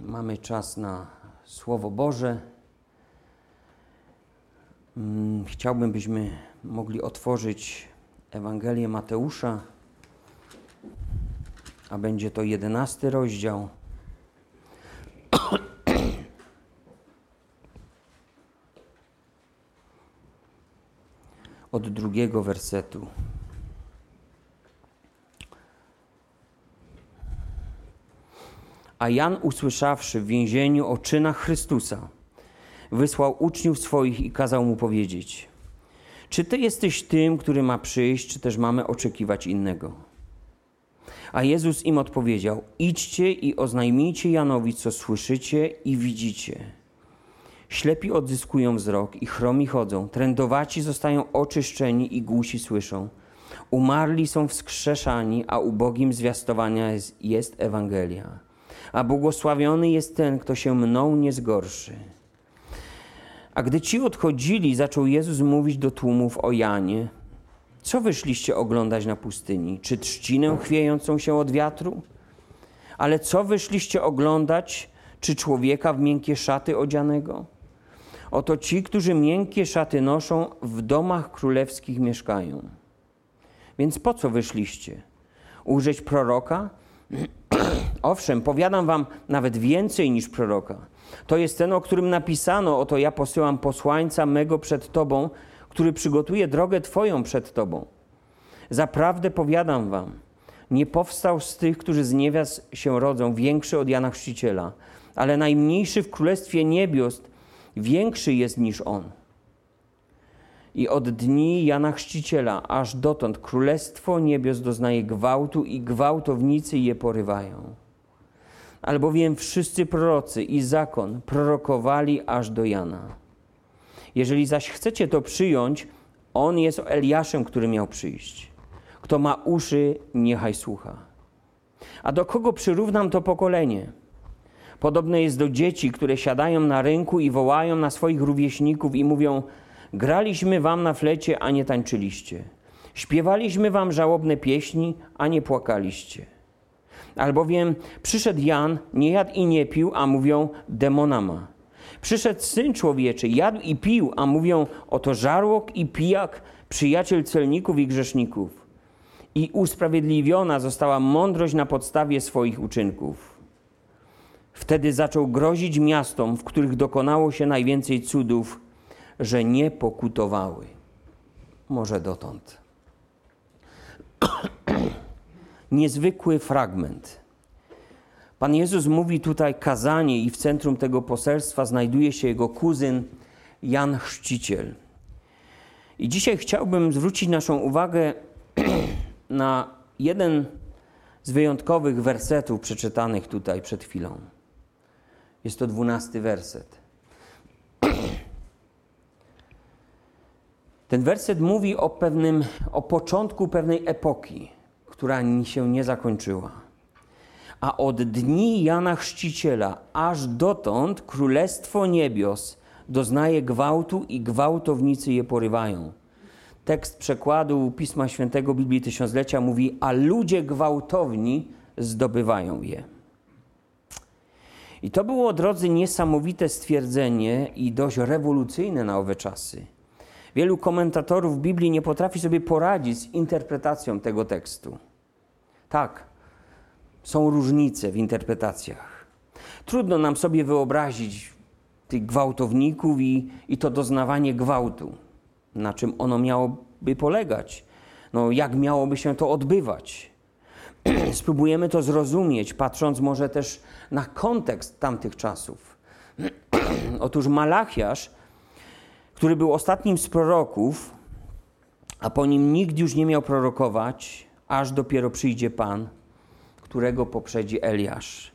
Mamy czas na Słowo Boże. Chciałbym, byśmy mogli otworzyć Ewangelię Mateusza, a będzie to 11 rozdział. Od 2 wersetu. A Jan, usłyszawszy w więzieniu o czynach Chrystusa, wysłał uczniów swoich i kazał mu powiedzieć: czy ty jesteś tym, który ma przyjść, czy też mamy oczekiwać innego? A Jezus im odpowiedział: idźcie i oznajmijcie Janowi, co słyszycie i widzicie. Ślepi odzyskują wzrok i chromi chodzą, trędowaci zostają oczyszczeni i głusi słyszą. Umarli są wskrzeszani, a ubogim zwiastowania jest Ewangelia. A błogosławiony jest ten, kto się mną nie zgorszy. A gdy ci odchodzili, zaczął Jezus mówić do tłumów o Janie: co wyszliście oglądać na pustyni? Czy trzcinę chwiejącą się od wiatru? Ale co wyszliście oglądać? Czy człowieka w miękkie szaty odzianego? Oto ci, którzy miękkie szaty noszą, w domach królewskich mieszkają. Więc po co wyszliście? Ujrzeć proroka? Owszem, powiadam wam, nawet więcej niż proroka. To jest ten, o którym napisano: oto ja posyłam posłańca mego przed tobą, który przygotuje drogę twoją przed tobą. Zaprawdę powiadam wam, nie powstał z tych, którzy z niewiast się rodzą, większy od Jana Chrzciciela, ale najmniejszy w Królestwie Niebios większy jest niż on. I od dni Jana Chrzciciela aż dotąd Królestwo Niebios doznaje gwałtu i gwałtownicy je porywają. Albowiem wszyscy prorocy i zakon prorokowali aż do Jana. Jeżeli zaś chcecie to przyjąć, on jest Eliaszem, który miał przyjść. Kto ma uszy, niechaj słucha. A do kogo przyrównam to pokolenie? Podobne jest do dzieci, które siadają na rynku i wołają na swoich rówieśników i mówią: graliśmy wam na flecie, a nie tańczyliście. Śpiewaliśmy wam żałobne pieśni, a nie płakaliście. Albowiem przyszedł Jan, nie jadł i nie pił, a mówią: demona ma. Przyszedł Syn Człowieczy, jadł i pił, a mówią: oto żarłok i pijak, przyjaciel celników i grzeszników. I usprawiedliwiona została mądrość na podstawie swoich uczynków. Wtedy zaczął grozić miastom, w których dokonało się najwięcej cudów, że nie pokutowały. Może dotąd. Niezwykły fragment. Pan Jezus mówi tutaj kazanie i w centrum tego poselstwa znajduje się jego kuzyn Jan Chrzciciel. I dzisiaj chciałbym zwrócić naszą uwagę na jeden z wyjątkowych wersetów przeczytanych tutaj przed chwilą. Jest to 12 werset. Ten werset mówi o początku pewnej epoki, która się nie zakończyła. A od dni Jana Chrzciciela aż dotąd Królestwo Niebios doznaje gwałtu i gwałtownicy je porywają. Tekst przekładu Pisma Świętego Biblii Tysiąclecia mówi: a ludzie gwałtowni zdobywają je. I to było, drodzy, niesamowite stwierdzenie i dość rewolucyjne na owe czasy. Wielu komentatorów Biblii nie potrafi sobie poradzić z interpretacją tego tekstu. Tak, są różnice w interpretacjach. Trudno nam sobie wyobrazić tych gwałtowników i to doznawanie gwałtu. Na czym ono miałoby polegać? Jak miałoby się to odbywać? Spróbujemy to zrozumieć, patrząc może też na kontekst tamtych czasów. Otóż Malachiasz, który był ostatnim z proroków, a po nim nikt już nie miał prorokować, aż dopiero przyjdzie Pan, którego poprzedzi Eliasz.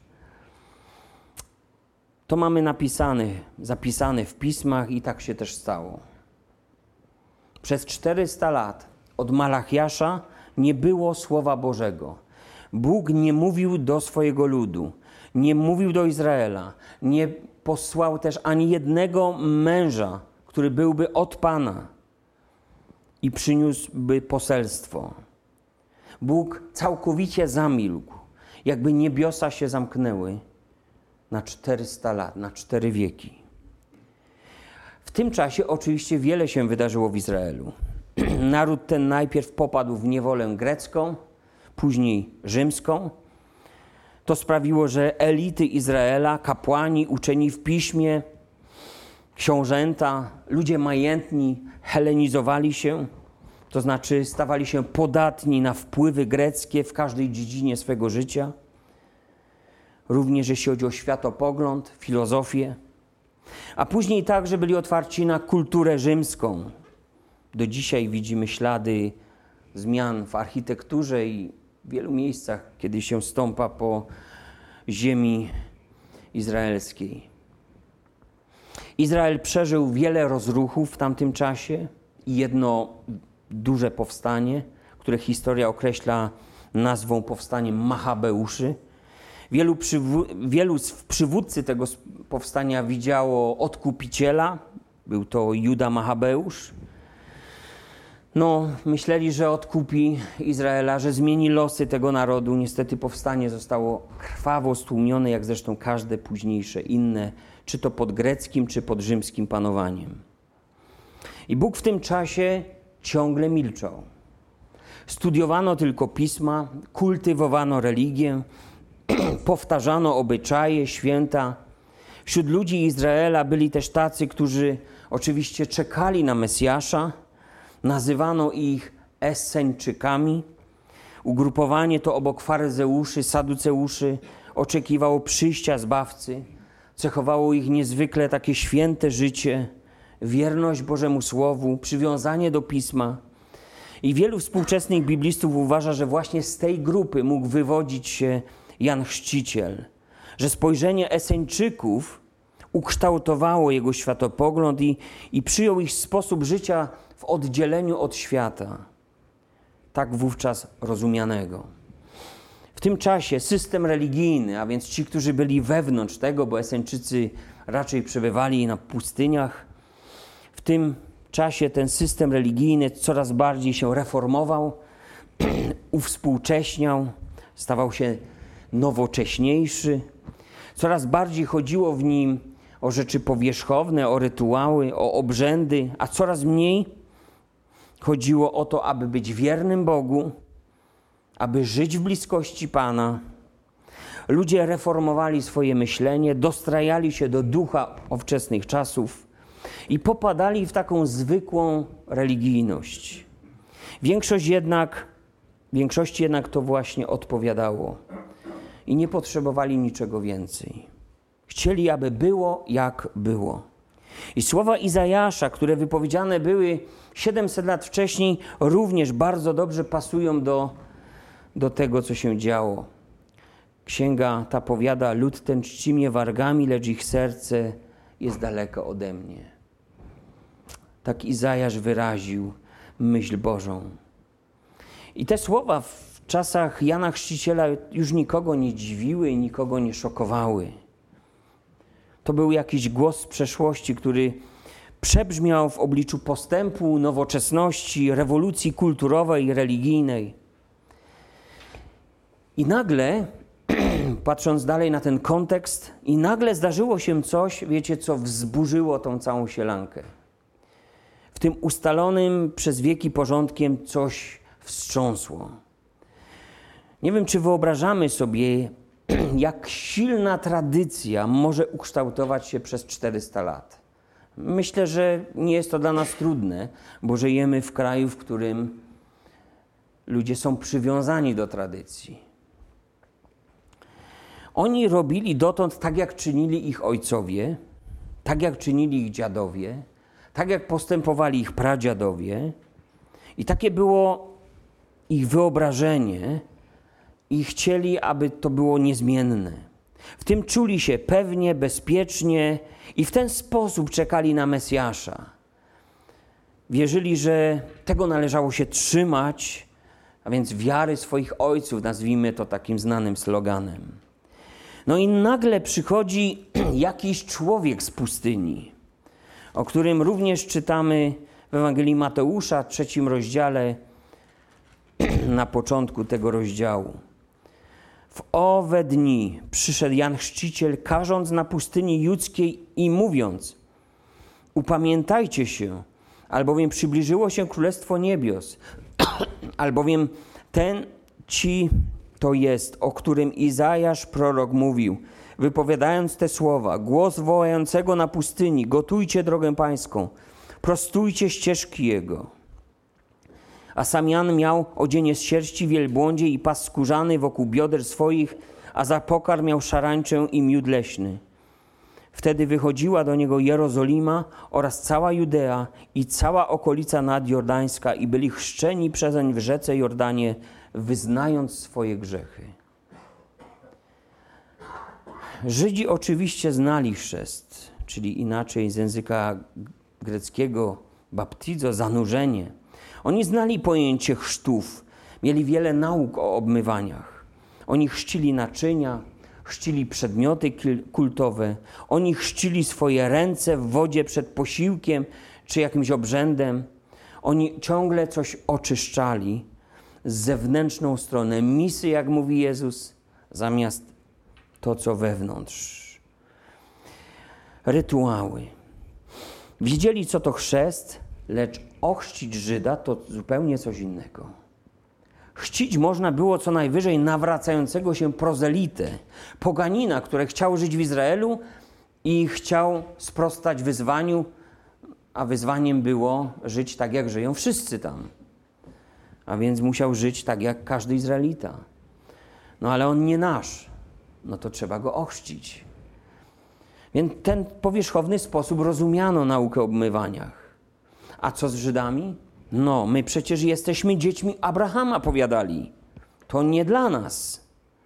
To mamy zapisane w pismach i tak się też stało. Przez 400 lat od Malachiasza nie było Słowa Bożego. Bóg nie mówił do swojego ludu, nie mówił do Izraela, nie posłał też ani jednego męża, który byłby od Pana i przyniósłby poselstwo. Bóg całkowicie zamilkł, jakby niebiosa się zamknęły na 400 lat, na 4 wieki. W tym czasie oczywiście wiele się wydarzyło w Izraelu. Naród ten najpierw popadł w niewolę grecką, później rzymską. To sprawiło, że elity Izraela, kapłani, uczeni w piśmie, książęta, ludzie majętni helenizowali się, to znaczy stawali się podatni na wpływy greckie w każdej dziedzinie swego życia. Również jeśli chodzi o światopogląd, filozofię. A później także byli otwarci na kulturę rzymską. Do dzisiaj widzimy ślady zmian w architekturze i w wielu miejscach, kiedy się stąpa po ziemi izraelskiej. Izrael przeżył wiele rozruchów w tamtym czasie i jedno duże powstanie, które historia określa nazwą powstaniem Machabeuszy. Wielu przywódcy tego powstania widziało odkupiciela, był to Juda Machabeusz. Myśleli, że odkupi Izraela, że zmieni losy tego narodu. Niestety powstanie zostało krwawo stłumione, jak zresztą każde późniejsze inne, czy to pod greckim, czy pod rzymskim panowaniem. I Bóg w tym czasie ciągle milczał. Studiowano tylko pisma, kultywowano religię, powtarzano obyczaje, święta. Wśród ludzi Izraela byli też tacy, którzy oczywiście czekali na Mesjasza. Nazywano ich Esseńczykami. Ugrupowanie to obok faryzeuszy, saduceuszy oczekiwało przyjścia Zbawcy. Cechowało ich niezwykle takie święte życie, wierność Bożemu Słowu, przywiązanie do Pisma. I wielu współczesnych biblistów uważa, że właśnie z tej grupy mógł wywodzić się Jan Chrzciciel, że spojrzenie Esseńczyków ukształtowało jego światopogląd i przyjął ich sposób życia w oddzieleniu od świata, tak wówczas rozumianego. W tym czasie system religijny, a więc ci, którzy byli wewnątrz tego, bo Esseńczycy raczej przebywali na pustyniach, w tym czasie ten system religijny coraz bardziej się reformował, uwspółcześniał, stawał się nowocześniejszy. Coraz bardziej chodziło w nim o rzeczy powierzchowne, o rytuały, o obrzędy, a coraz mniej chodziło o to, aby być wiernym Bogu, aby żyć w bliskości Pana. Ludzie reformowali swoje myślenie, dostrajali się do ducha ówczesnych czasów i popadali w taką zwykłą religijność. Większości jednak to właśnie odpowiadało i nie potrzebowali niczego więcej. Chcieli, aby było jak było. I słowa Izajasza, które wypowiedziane były 700 lat wcześniej, również bardzo dobrze pasują do tego, co się działo. Księga ta powiada: lud ten czci mnie wargami, lecz ich serce jest daleko ode mnie. Tak Izajasz wyraził myśl Bożą. I te słowa w czasach Jana Chrzciciela już nikogo nie dziwiły i nikogo nie szokowały. To był jakiś głos z przeszłości, który przebrzmiał w obliczu postępu, nowoczesności, rewolucji kulturowej i religijnej. I nagle, patrząc dalej na ten kontekst, zdarzyło się coś, wiecie, co wzburzyło tą całą sielankę. W tym ustalonym przez wieki porządkiem coś wstrząsło. Nie wiem, czy wyobrażamy sobie, jak silna tradycja może ukształtować się przez 400 lat. Myślę, że nie jest to dla nas trudne, bo żyjemy w kraju, w którym ludzie są przywiązani do tradycji. Oni robili dotąd tak, jak czynili ich ojcowie, tak jak czynili ich dziadowie, tak jak postępowali ich pradziadowie i takie było ich wyobrażenie i chcieli, aby to było niezmienne. W tym czuli się pewnie, bezpiecznie i w ten sposób czekali na Mesjasza. Wierzyli, że tego należało się trzymać, a więc wiary swoich ojców, nazwijmy to takim znanym sloganem. No i nagle przychodzi jakiś człowiek z pustyni, o którym również czytamy w Ewangelii Mateusza, 3 rozdziale, na początku tego rozdziału. W owe dni przyszedł Jan Chrzciciel, karząc na pustyni judzkiej i mówiąc: upamiętajcie się, albowiem przybliżyło się Królestwo Niebios, albowiem ten ci to jest, o którym Izajasz prorok mówił, wypowiadając te słowa: głos wołającego na pustyni, gotujcie drogę pańską, prostujcie ścieżki jego. A sam Jan miał odzienie z sierści wielbłądzie i pas skórzany wokół bioder swoich, a za pokarm miał szarańczę i miód leśny. Wtedy wychodziła do niego Jerozolima oraz cała Judea i cała okolica nadjordańska i byli chrzczeni przezeń w rzece Jordanie, wyznając swoje grzechy. Żydzi oczywiście znali chrzest, czyli inaczej z języka greckiego baptizo, zanurzenie. Oni znali pojęcie chrztów, mieli wiele nauk o obmywaniach. Oni chrzcili naczynia, chrzcili przedmioty kultowe, oni chrzcili swoje ręce w wodzie przed posiłkiem czy jakimś obrzędem. Oni ciągle coś oczyszczali z zewnętrzną stronę misy, jak mówi Jezus, zamiast to, co wewnątrz. Rytuały. Wiedzieli, co to chrzest, lecz ochrzcić Żyda to zupełnie coś innego. Chrzcić można było co najwyżej nawracającego się prozelitę, poganina, który chciał żyć w Izraelu i chciał sprostać wyzwaniu, a wyzwaniem było żyć tak, jak żyją wszyscy tam. A więc musiał żyć tak, jak każdy Izraelita. No ale on nie nasz, no to trzeba go ochrzcić. Więc w ten powierzchowny sposób rozumiano naukę o obmywaniach. A co z Żydami? No, my przecież jesteśmy dziećmi Abrahama, powiadali. To nie dla nas.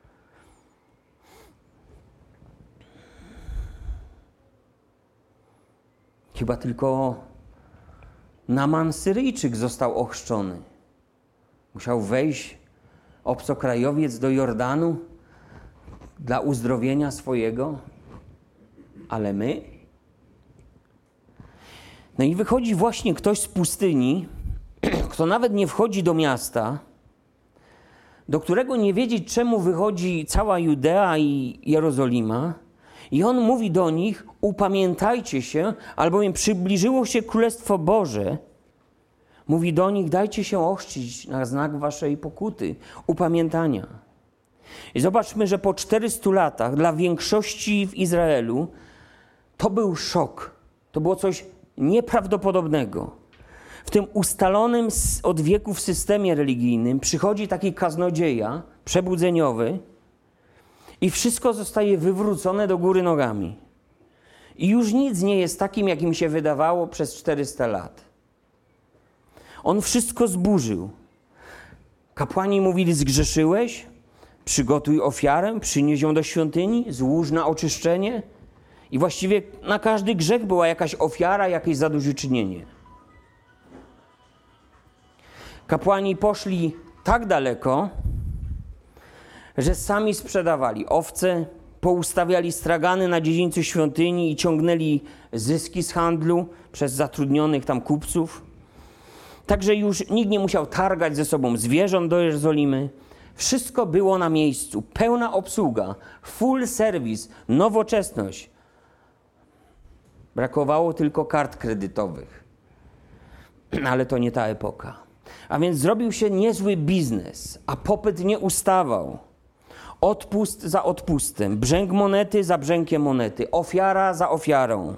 Chyba tylko Naman Syryjczyk został ochrzczony. Musiał wejść obcokrajowiec do Jordanu dla uzdrowienia swojego. Ale my? No i wychodzi właśnie ktoś z pustyni, kto nawet nie wchodzi do miasta, do którego nie wiedzieć, czemu wychodzi cała Judea i Jerozolima. I on mówi do nich: upamiętajcie się, albowiem przybliżyło się Królestwo Boże. Mówi do nich: dajcie się ochrzcić na znak waszej pokuty, upamiętania. I zobaczmy, że po 400 latach dla większości w Izraelu to był szok. To było coś nieprawdopodobnego. W tym ustalonym od wieków systemie religijnym przychodzi taki kaznodzieja przebudzeniowy i wszystko zostaje wywrócone do góry nogami. I już nic nie jest takim, jakim się wydawało przez 400 lat. On wszystko zburzył. Kapłani mówili: zgrzeszyłeś? Przygotuj ofiarę, przynieś ją do świątyni, złóż na oczyszczenie. I właściwie na każdy grzech była jakaś ofiara, jakieś zadośćuczynienie. Kapłani poszli tak daleko, że sami sprzedawali owce, poustawiali stragany na dziedzińcu świątyni i ciągnęli zyski z handlu przez zatrudnionych tam kupców. Także już nikt nie musiał targać ze sobą zwierząt do Jerozolimy. Wszystko było na miejscu, pełna obsługa, full service, nowoczesność. Brakowało tylko kart kredytowych. Ale to nie ta epoka. A więc zrobił się niezły biznes, a popyt nie ustawał. Odpust za odpustem, brzęk monety za brzękiem monety, ofiara za ofiarą.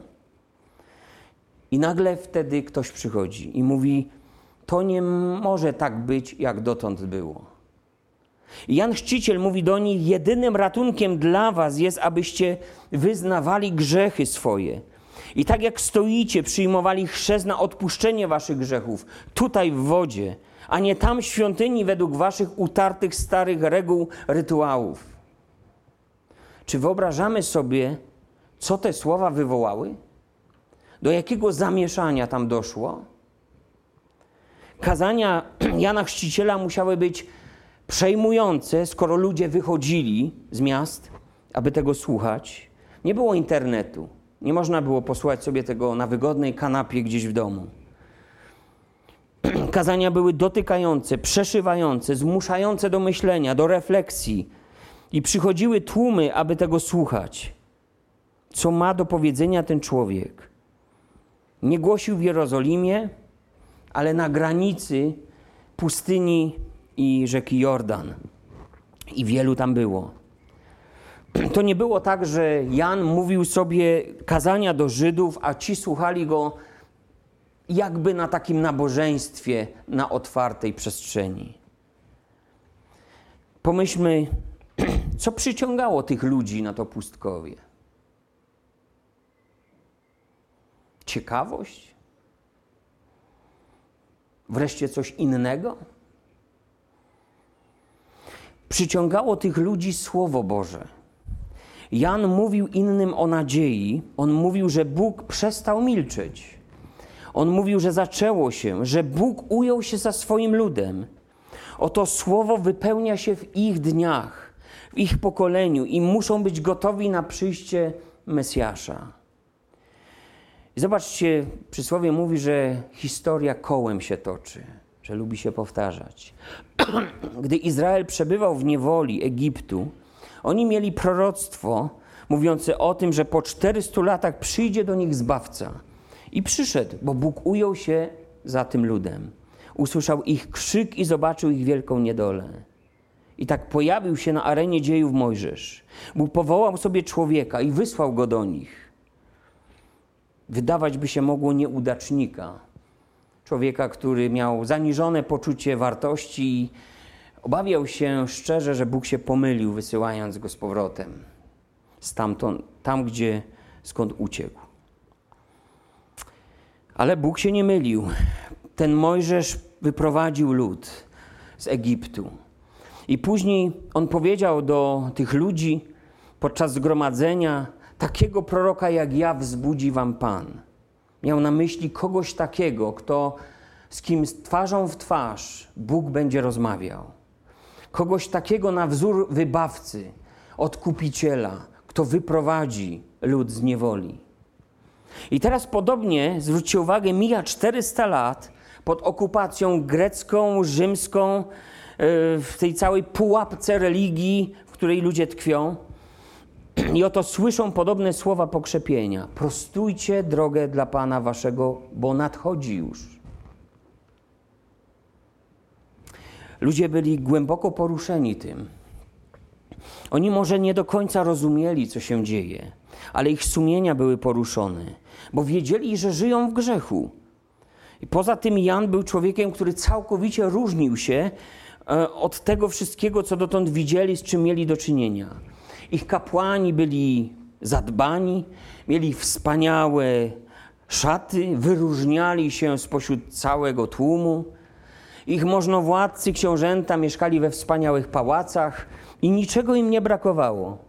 I nagle wtedy ktoś przychodzi i mówi: to nie może tak być, jak dotąd było. I Jan Chrzciciel mówi do nich: jedynym ratunkiem dla was jest, abyście wyznawali grzechy swoje. I tak jak stoicie, przyjmowali chrzest na odpuszczenie waszych grzechów, tutaj w wodzie, a nie tam w świątyni według waszych utartych starych reguł, rytuałów. Czy wyobrażamy sobie, co te słowa wywołały? Do jakiego zamieszania tam doszło? Kazania Jana Chrzciciela musiały być przejmujące, skoro ludzie wychodzili z miast, aby tego słuchać. Nie było internetu. Nie można było posłuchać sobie tego na wygodnej kanapie gdzieś w domu. Kazania były dotykające, przeszywające, zmuszające do myślenia, do refleksji. I przychodziły tłumy, aby tego słuchać. Co ma do powiedzenia ten człowiek? Nie głosił w Jerozolimie, ale na granicy pustyni i rzeki Jordan. I wielu tam było. To nie było tak, że Jan mówił sobie kazania do Żydów, a ci słuchali go jakby na takim nabożeństwie na otwartej przestrzeni. Pomyślmy, co przyciągało tych ludzi na to pustkowie? Ciekawość? Wreszcie coś innego? Przyciągało tych ludzi Słowo Boże. Jan mówił innym o nadziei. On mówił, że Bóg przestał milczeć. On mówił, że zaczęło się, że Bóg ujął się za swoim ludem. Oto Słowo wypełnia się w ich dniach, w ich pokoleniu i muszą być gotowi na przyjście Mesjasza. I zobaczcie, przysłowie mówi, że historia kołem się toczy, że lubi się powtarzać. Gdy Izrael przebywał w niewoli Egiptu, oni mieli proroctwo mówiące o tym, że po 400 latach przyjdzie do nich Zbawca. I przyszedł, bo Bóg ujął się za tym ludem. Usłyszał ich krzyk i zobaczył ich wielką niedolę. I tak pojawił się na arenie dziejów Mojżesz. Bóg powołał sobie człowieka i wysłał go do nich. Wydawać by się mogło nieudacznika. Człowieka, który miał zaniżone poczucie wartości i obawiał się szczerze, że Bóg się pomylił, wysyłając go z powrotem stamtąd, skąd uciekł. Ale Bóg się nie mylił. Ten Mojżesz wyprowadził lud z Egiptu. I później on powiedział do tych ludzi podczas zgromadzenia: takiego proroka jak ja wzbudzi wam Pan. Miał na myśli kogoś takiego, z kim twarzą w twarz Bóg będzie rozmawiał. Kogoś takiego na wzór wybawcy, odkupiciela, kto wyprowadzi lud z niewoli. I teraz podobnie, zwróćcie uwagę, mija 400 lat pod okupacją grecką, rzymską, w tej całej pułapce religii, w której ludzie tkwią. I oto słyszą podobne słowa pokrzepienia. Prostujcie drogę dla Pana waszego, bo nadchodzi już. Ludzie byli głęboko poruszeni tym. Oni może nie do końca rozumieli, co się dzieje, ale ich sumienia były poruszone, bo wiedzieli, że żyją w grzechu. I poza tym Jan był człowiekiem, który całkowicie różnił się od tego wszystkiego, co dotąd widzieli, z czym mieli do czynienia. Ich kapłani byli zadbani, mieli wspaniałe szaty, wyróżniali się spośród całego tłumu. Ich możnowładcy, książęta mieszkali we wspaniałych pałacach i niczego im nie brakowało.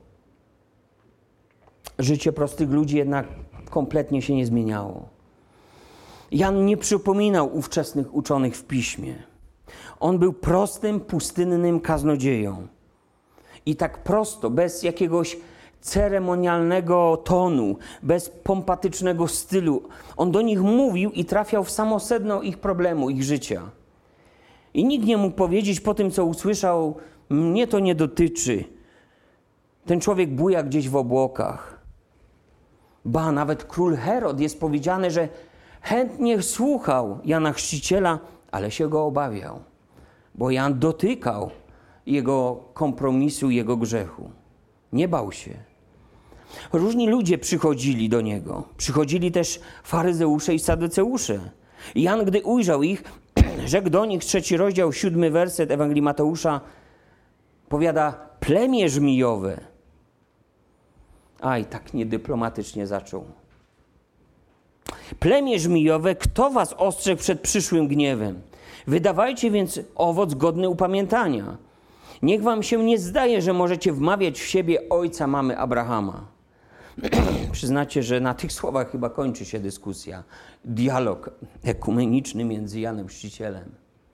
Życie prostych ludzi jednak kompletnie się nie zmieniało. Jan nie przypominał ówczesnych uczonych w piśmie. On był prostym, pustynnym kaznodzieją. I tak prosto, bez jakiegoś ceremonialnego tonu, bez pompatycznego stylu, on do nich mówił i trafiał w samo sedno ich problemu, ich życia. I nikt nie mógł powiedzieć po tym, co usłyszał: mnie to nie dotyczy. Ten człowiek buja gdzieś w obłokach. Ba, nawet król Herod, jest powiedziane, że chętnie słuchał Jana Chrzciciela, ale się go obawiał, bo Jan dotykał jego kompromisu, jego grzechu. Nie bał się. Różni ludzie przychodzili do niego. Przychodzili też faryzeusze i saduceusze. Jan, gdy ujrzał ich, rzekł do nich, 3 rozdział, 7 werset Ewangelii Mateusza, powiada: plemię żmijowe. Aj, tak niedyplomatycznie zaczął. Plemię żmijowe, kto was ostrzegł przed przyszłym gniewem? Wydawajcie więc owoc godny upamiętania. Niech wam się nie zdaje, że możecie wmawiać w siebie ojca mamy Abrahama. Przyznacie, że na tych słowach chyba kończy się dyskusja, dialog ekumeniczny między Janem Chrzcicielem.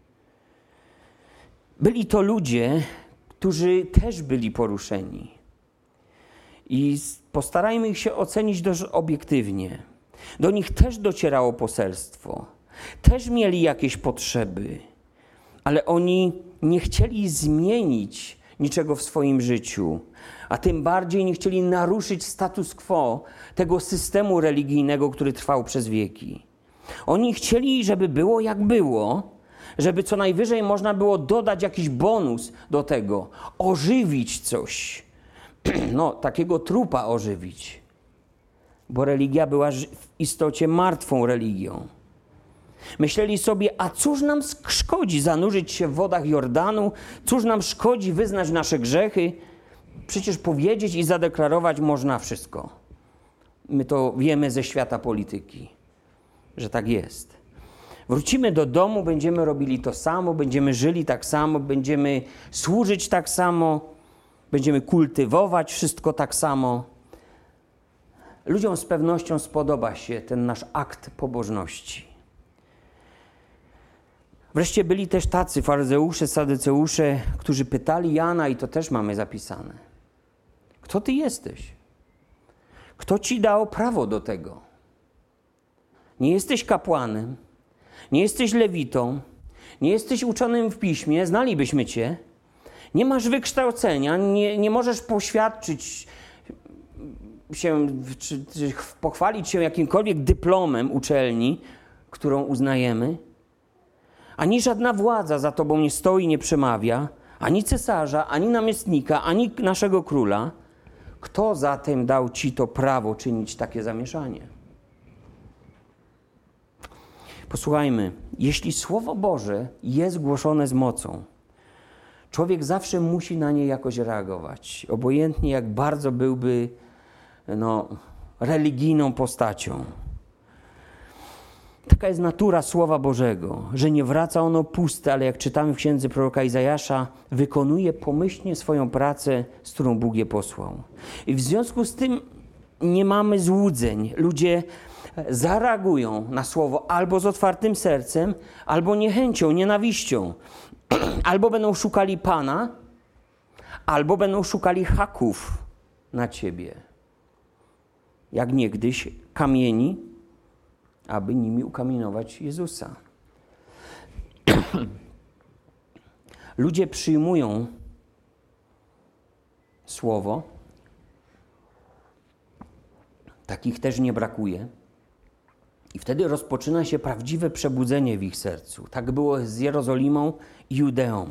Byli to ludzie, którzy też byli poruszeni. I postarajmy ich się ocenić dość obiektywnie. Do nich też docierało poselstwo. Też mieli jakieś potrzeby. Ale oni nie chcieli zmienić niczego w swoim życiu, a tym bardziej nie chcieli naruszyć status quo tego systemu religijnego, który trwał przez wieki. Oni chcieli, żeby było jak było, żeby co najwyżej można było dodać jakiś bonus do tego, ożywić coś, takiego trupa ożywić, bo religia była w istocie martwą religią. Myśleli sobie, a cóż nam szkodzi zanurzyć się w wodach Jordanu? Cóż nam szkodzi wyznać nasze grzechy? Przecież powiedzieć i zadeklarować można wszystko. My to wiemy ze świata polityki, że tak jest. Wrócimy do domu, będziemy robili to samo, będziemy żyli tak samo, będziemy służyć tak samo, będziemy kultywować wszystko tak samo. Ludziom z pewnością spodoba się ten nasz akt pobożności. Wreszcie byli też tacy faryzeusze, saduceusze, którzy pytali Jana, i to też mamy zapisane. Kto ty jesteś? Kto ci dał prawo do tego? Nie jesteś kapłanem, nie jesteś lewitą, nie jesteś uczonym w piśmie, znalibyśmy cię. Nie masz wykształcenia, nie możesz poświadczyć się, czy pochwalić się jakimkolwiek dyplomem uczelni, którą uznajemy. Ani żadna władza za tobą nie stoi, nie przemawia, ani cesarza, ani namiestnika, ani naszego króla. Kto zatem dał ci to prawo czynić takie zamieszanie? Posłuchajmy, jeśli Słowo Boże jest głoszone z mocą, człowiek zawsze musi na nie jakoś reagować, obojętnie jak bardzo byłby religijną postacią. Taka jest natura Słowa Bożego, że nie wraca ono puste, ale jak czytamy w księdze proroka Izajasza, wykonuje pomyślnie swoją pracę, z którą Bóg je posłał. I w związku z tym nie mamy złudzeń. Ludzie zareagują na Słowo albo z otwartym sercem, albo niechęcią, nienawiścią. Albo będą szukali Pana, albo będą szukali haków na ciebie. Jak niegdyś kamieni, aby nimi ukamienować Jezusa. Ludzie przyjmują Słowo. Takich też nie brakuje. I wtedy rozpoczyna się prawdziwe przebudzenie w ich sercu. Tak było z Jerozolimą i Judeą.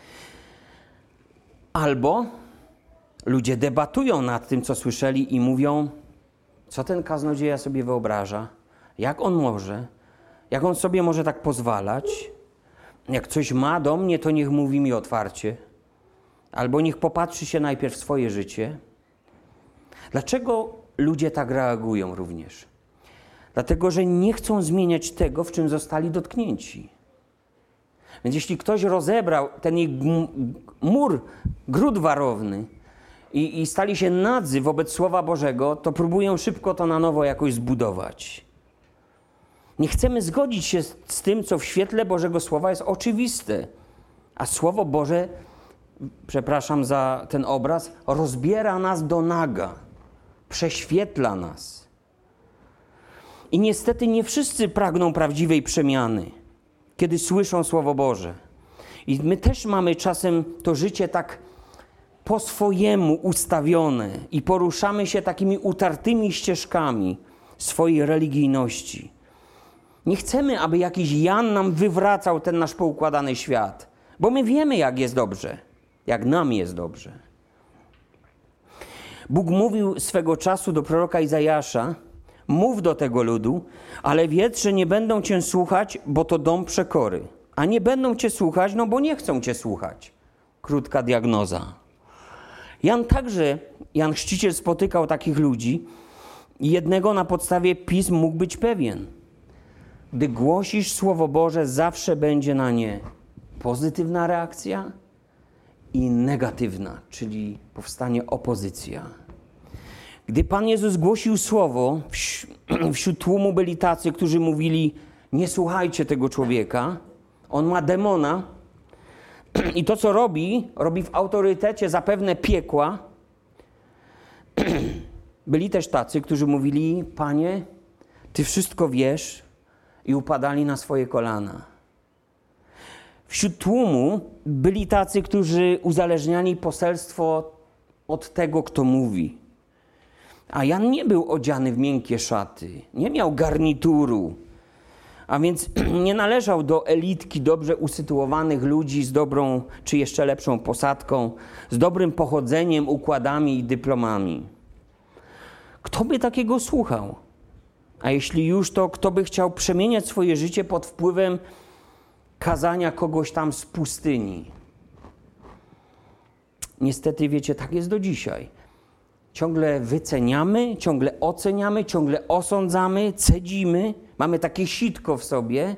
Albo ludzie debatują nad tym, co słyszeli i mówią, co ten kaznodzieja sobie wyobraża, jak on może, jak on sobie może tak pozwalać. Jak coś ma do mnie, to niech mówi mi otwarcie. Albo niech popatrzy się najpierw w swoje życie. Dlaczego ludzie tak reagują również? Dlatego, że nie chcą zmieniać tego, w czym zostali dotknięci. Więc jeśli ktoś rozebrał ten ich gród warowny i stali się nadzy wobec Słowa Bożego, to próbują szybko to na nowo jakoś zbudować. Nie chcemy zgodzić się z tym, co w świetle Bożego Słowa jest oczywiste. A Słowo Boże, przepraszam za ten obraz, rozbiera nas do naga, prześwietla nas. I niestety nie wszyscy pragną prawdziwej przemiany, kiedy słyszą Słowo Boże. I my też mamy czasem to życie tak po swojemu ustawione i poruszamy się takimi utartymi ścieżkami swojej religijności. Nie chcemy, aby jakiś Jan nam wywracał ten nasz poukładany świat, bo my wiemy, jak jest dobrze, jak nam jest dobrze. Bóg mówił swego czasu do proroka Izajasza, mów do tego ludu, ale wiedz, że nie będą cię słuchać, bo to dom przekory. A nie będą cię słuchać, bo nie chcą cię słuchać. Krótka diagnoza. Jan Chrzciciel spotykał takich ludzi i jednego na podstawie pism mógł być pewien. Gdy głosisz Słowo Boże, zawsze będzie na nie pozytywna reakcja i negatywna, czyli powstanie opozycja. Gdy Pan Jezus głosił Słowo, wśród tłumu byli tacy, którzy mówili, nie słuchajcie tego człowieka, on ma demona i to, co robi w autorytecie zapewne piekła. Byli też tacy, którzy mówili, Panie, Ty wszystko wiesz, i upadali na swoje kolana. Wśród tłumu byli tacy, którzy uzależniali poselstwo od tego, kto mówi. A Jan nie był odziany w miękkie szaty, nie miał garnituru, a więc nie należał do elitki dobrze usytuowanych ludzi z dobrą czy jeszcze lepszą posadką, z dobrym pochodzeniem, układami i dyplomami. Kto by takiego słuchał? A jeśli już, to kto by chciał przemieniać swoje życie pod wpływem kazania kogoś tam z pustyni? Niestety, wiecie, tak jest do dzisiaj. Ciągle wyceniamy, ciągle oceniamy, ciągle osądzamy, cedzimy. Mamy takie sitko w sobie.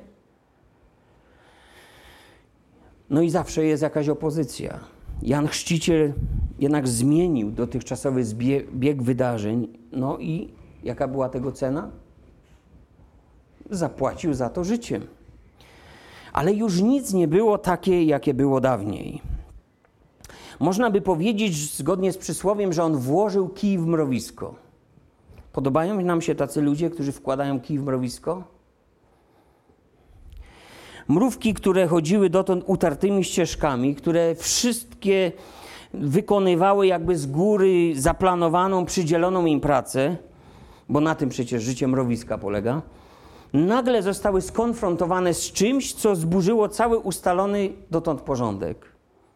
No i zawsze jest jakaś opozycja. Jan Chrzciciel jednak zmienił dotychczasowy bieg wydarzeń. No i jaka była tego cena? Zapłacił za to życiem. Ale już nic nie było takie, jakie było dawniej. Można by powiedzieć, zgodnie z przysłowiem, że on włożył kij w mrowisko. Podobają nam się tacy ludzie, którzy wkładają kij w mrowisko? Mrówki, które chodziły dotąd utartymi ścieżkami, które wszystkie wykonywały jakby z góry zaplanowaną, przydzieloną im pracę, bo na tym przecież życie mrowiska polega, nagle zostały skonfrontowane z czymś, co zburzyło cały ustalony dotąd porządek.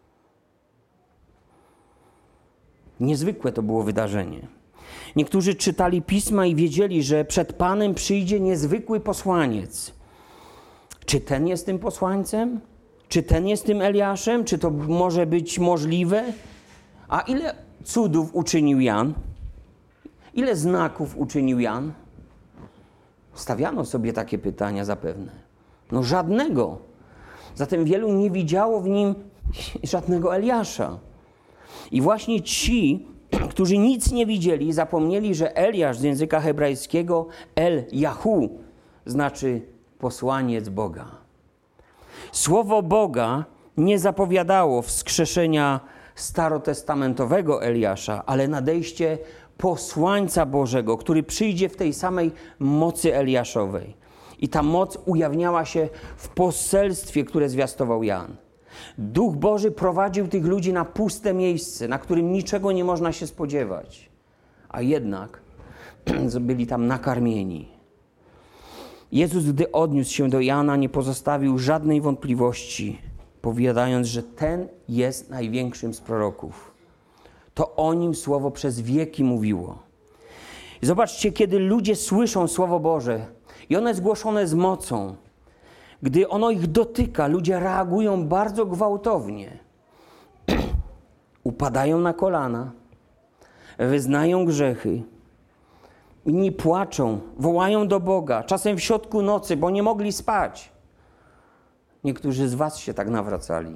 Niezwykłe to było wydarzenie. Niektórzy czytali pisma i wiedzieli, że przed Panem przyjdzie niezwykły posłaniec. Czy ten jest tym posłańcem? Czy ten jest tym Eliaszem? Czy to może być możliwe? A ile cudów uczynił Jan? Ile znaków uczynił Jan? Stawiano sobie takie pytania zapewne. No żadnego. Zatem wielu nie widziało w nim żadnego Eliasza. I właśnie ci, którzy nic nie widzieli, zapomnieli, że Eliasz z języka hebrajskiego El-Jahu znaczy posłaniec Boga. Słowo Boga nie zapowiadało wskrzeszenia starotestamentowego Eliasza, ale nadejście posłańca Bożego, który przyjdzie w tej samej mocy Eliaszowej. I ta moc ujawniała się w poselstwie, które zwiastował Jan. Duch Boży prowadził tych ludzi na puste miejsce, na którym niczego nie można się spodziewać. A jednak byli tam nakarmieni. Jezus, gdy odniósł się do Jana, nie pozostawił żadnej wątpliwości, powiadając, że ten jest największym z proroków. To o nim słowo przez wieki mówiło. I zobaczcie, kiedy ludzie słyszą Słowo Boże i ono jest głoszone z mocą, gdy ono ich dotyka, ludzie reagują bardzo gwałtownie. Upadają na kolana, wyznają grzechy, inni płaczą, wołają do Boga, czasem w środku nocy, bo nie mogli spać. Niektórzy z was się tak nawracali.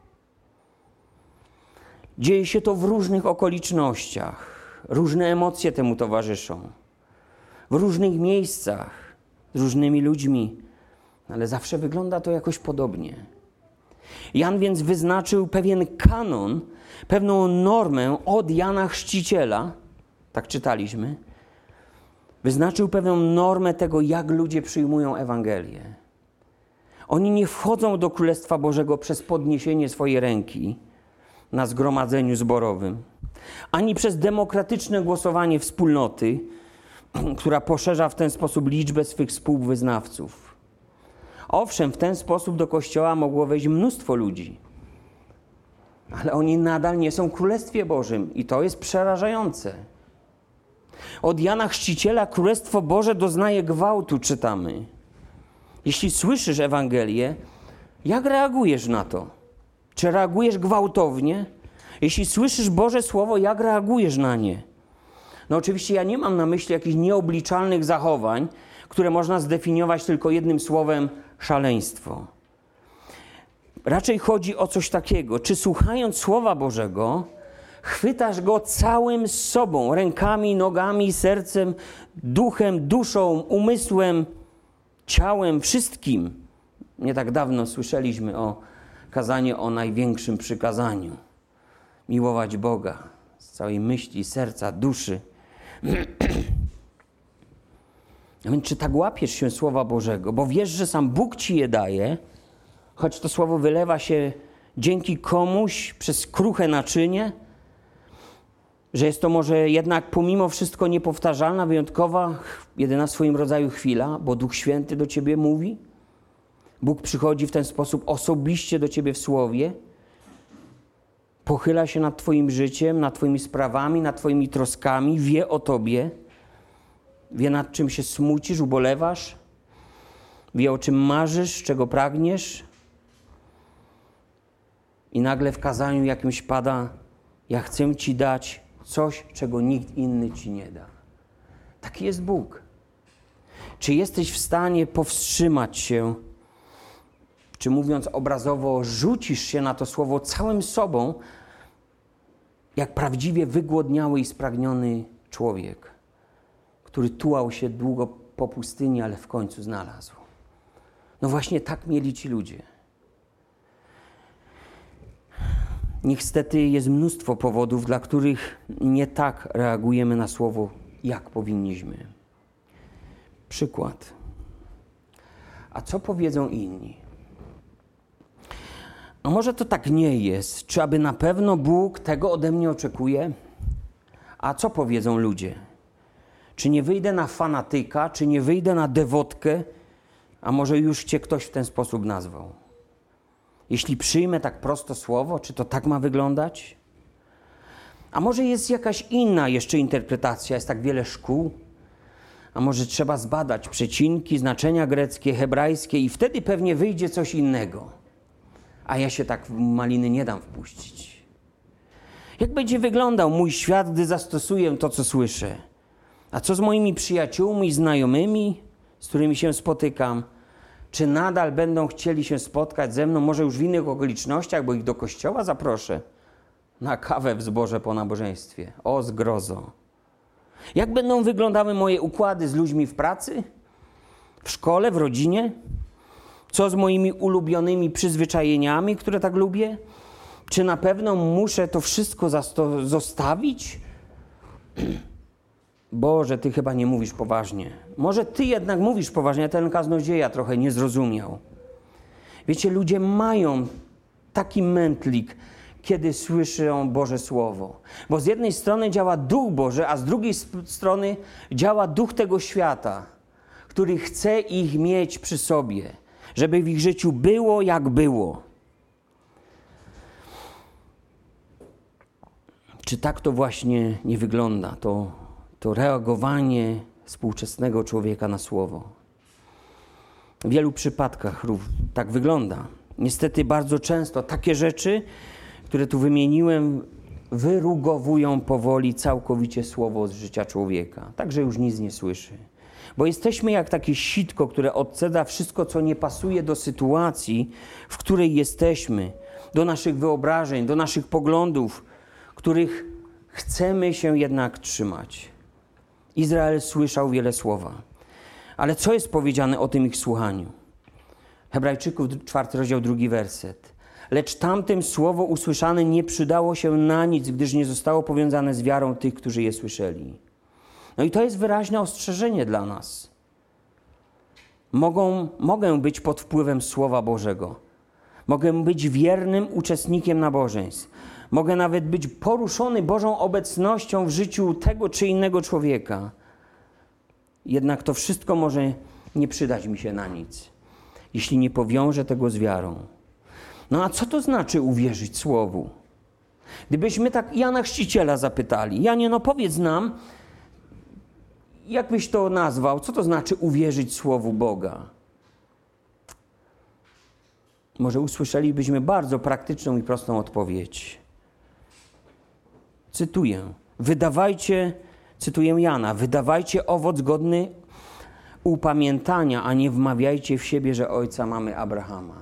Dzieje się to w różnych okolicznościach. Różne emocje temu towarzyszą. W różnych miejscach, z różnymi ludźmi. Ale zawsze wygląda to jakoś podobnie. Jan więc wyznaczył pewien kanon, pewną normę od Jana Chrzciciela, tak czytaliśmy, wyznaczył pewną normę tego, jak ludzie przyjmują Ewangelię. Oni nie wchodzą do Królestwa Bożego przez podniesienie swojej ręki na zgromadzeniu zborowym, ani przez demokratyczne głosowanie wspólnoty, która poszerza w ten sposób liczbę swych współwyznawców. Owszem, w ten sposób do Kościoła mogło wejść mnóstwo ludzi, ale oni nadal nie są w Królestwie Bożym i to jest przerażające. Od Jana Chrzciciela Królestwo Boże doznaje gwałtu, czytamy. Jeśli słyszysz Ewangelię, jak reagujesz na to? Czy reagujesz gwałtownie? Jeśli słyszysz Boże Słowo, jak reagujesz na nie? No oczywiście ja nie mam na myśli jakichś nieobliczalnych zachowań, które można zdefiniować tylko jednym słowem szaleństwo. Raczej chodzi o coś takiego, czy słuchając Słowa Bożego, chwytasz go całym sobą, rękami, nogami, sercem, duchem, duszą, umysłem, ciałem, wszystkim. Nie tak dawno słyszeliśmy o kazaniu o największym przykazaniu. Miłować Boga z całej myśli, serca, duszy. A więc czy tak łapiesz się Słowa Bożego, bo wiesz, że sam Bóg ci je daje, choć to słowo wylewa się dzięki komuś przez kruche naczynie, że jest to może jednak pomimo wszystko niepowtarzalna, wyjątkowa, jedyna w swoim rodzaju chwila, bo Duch Święty do ciebie mówi. Bóg przychodzi w ten sposób osobiście do ciebie w słowie, pochyla się nad twoim życiem, nad twoimi sprawami, nad twoimi troskami, wie o tobie, wie nad czym się smucisz, ubolewasz, wie o czym marzysz, czego pragniesz. I nagle w kazaniu jakimś pada: ja chcę ci dać coś, czego nikt inny ci nie da. Taki jest Bóg. Czy jesteś w stanie powstrzymać się, czy mówiąc obrazowo, rzucisz się na to słowo całym sobą, jak prawdziwie wygłodniały i spragniony człowiek, który tułał się długo po pustyni, ale w końcu znalazł. No właśnie tak mieli ci ludzie. Niestety jest mnóstwo powodów, dla których nie tak reagujemy na słowo, jak powinniśmy. Przykład. A co powiedzą inni? A może to tak nie jest? Czy aby na pewno Bóg tego ode mnie oczekuje? A co powiedzą ludzie? Czy nie wyjdę na fanatyka, czy nie wyjdę na dewotkę? A może już cię ktoś w ten sposób nazwał? Jeśli przyjmę tak prosto słowo, czy to tak ma wyglądać? A może jest jakaś inna jeszcze interpretacja? Jest tak wiele szkół? A może trzeba zbadać przecinki, znaczenia greckie, hebrajskie i wtedy pewnie wyjdzie coś innego. A ja się tak w maliny nie dam wpuścić. Jak będzie wyglądał mój świat, gdy zastosuję to, co słyszę? A co z moimi przyjaciółmi, znajomymi, z którymi się spotykam? Czy nadal będą chcieli się spotkać ze mną, może już w innych okolicznościach, bo ich do kościoła zaproszę? Na kawę w zborze po nabożeństwie. O zgrozo. Jak będą wyglądały moje układy z ludźmi w pracy? W szkole, w rodzinie? Co z moimi ulubionymi przyzwyczajeniami, które tak lubię? Czy na pewno muszę to wszystko zostawić? Boże, Ty chyba nie mówisz poważnie. Może Ty jednak mówisz poważnie, a ten kaznodzieja trochę nie zrozumiał. Wiecie, ludzie mają taki mętlik, kiedy słyszą Boże Słowo. Bo z jednej strony działa Duch Boży, a z drugiej strony działa duch tego świata, który chce ich mieć przy sobie, żeby w ich życiu było jak było. Czy tak to właśnie nie wygląda, to reagowanie współczesnego człowieka na Słowo? W wielu przypadkach tak wygląda. Niestety bardzo często takie rzeczy, które tu wymieniłem, wyrugowują powoli całkowicie Słowo z życia człowieka. Także już nic nie słyszy. Bo jesteśmy jak takie sitko, które odceda wszystko, co nie pasuje do sytuacji, w której jesteśmy, do naszych wyobrażeń, do naszych poglądów, których chcemy się jednak trzymać. Izrael słyszał wiele słowa. Ale co jest powiedziane o tym ich słuchaniu? Hebrajczyków, 4 rozdział, 2 werset. Lecz tamtym słowo usłyszane nie przydało się na nic, gdyż nie zostało powiązane z wiarą tych, którzy je słyszeli. No i to jest wyraźne ostrzeżenie dla nas. Mogę być pod wpływem Słowa Bożego. Mogę być wiernym uczestnikiem nabożeństw. Mogę nawet być poruszony Bożą obecnością w życiu tego czy innego człowieka. Jednak to wszystko może nie przydać mi się na nic, jeśli nie powiążę tego z wiarą. No a co to znaczy uwierzyć Słowu? Gdybyśmy tak Jana Chrzciciela zapytali: Janie, no powiedz nam, jak byś to nazwał? Co to znaczy uwierzyć Słowu Boga? Może usłyszelibyśmy bardzo praktyczną i prostą odpowiedź. Cytuję. Cytuję Jana, wydawajcie owoc godny upamiętania, a nie wmawiajcie w siebie, że ojca mamy Abrahama.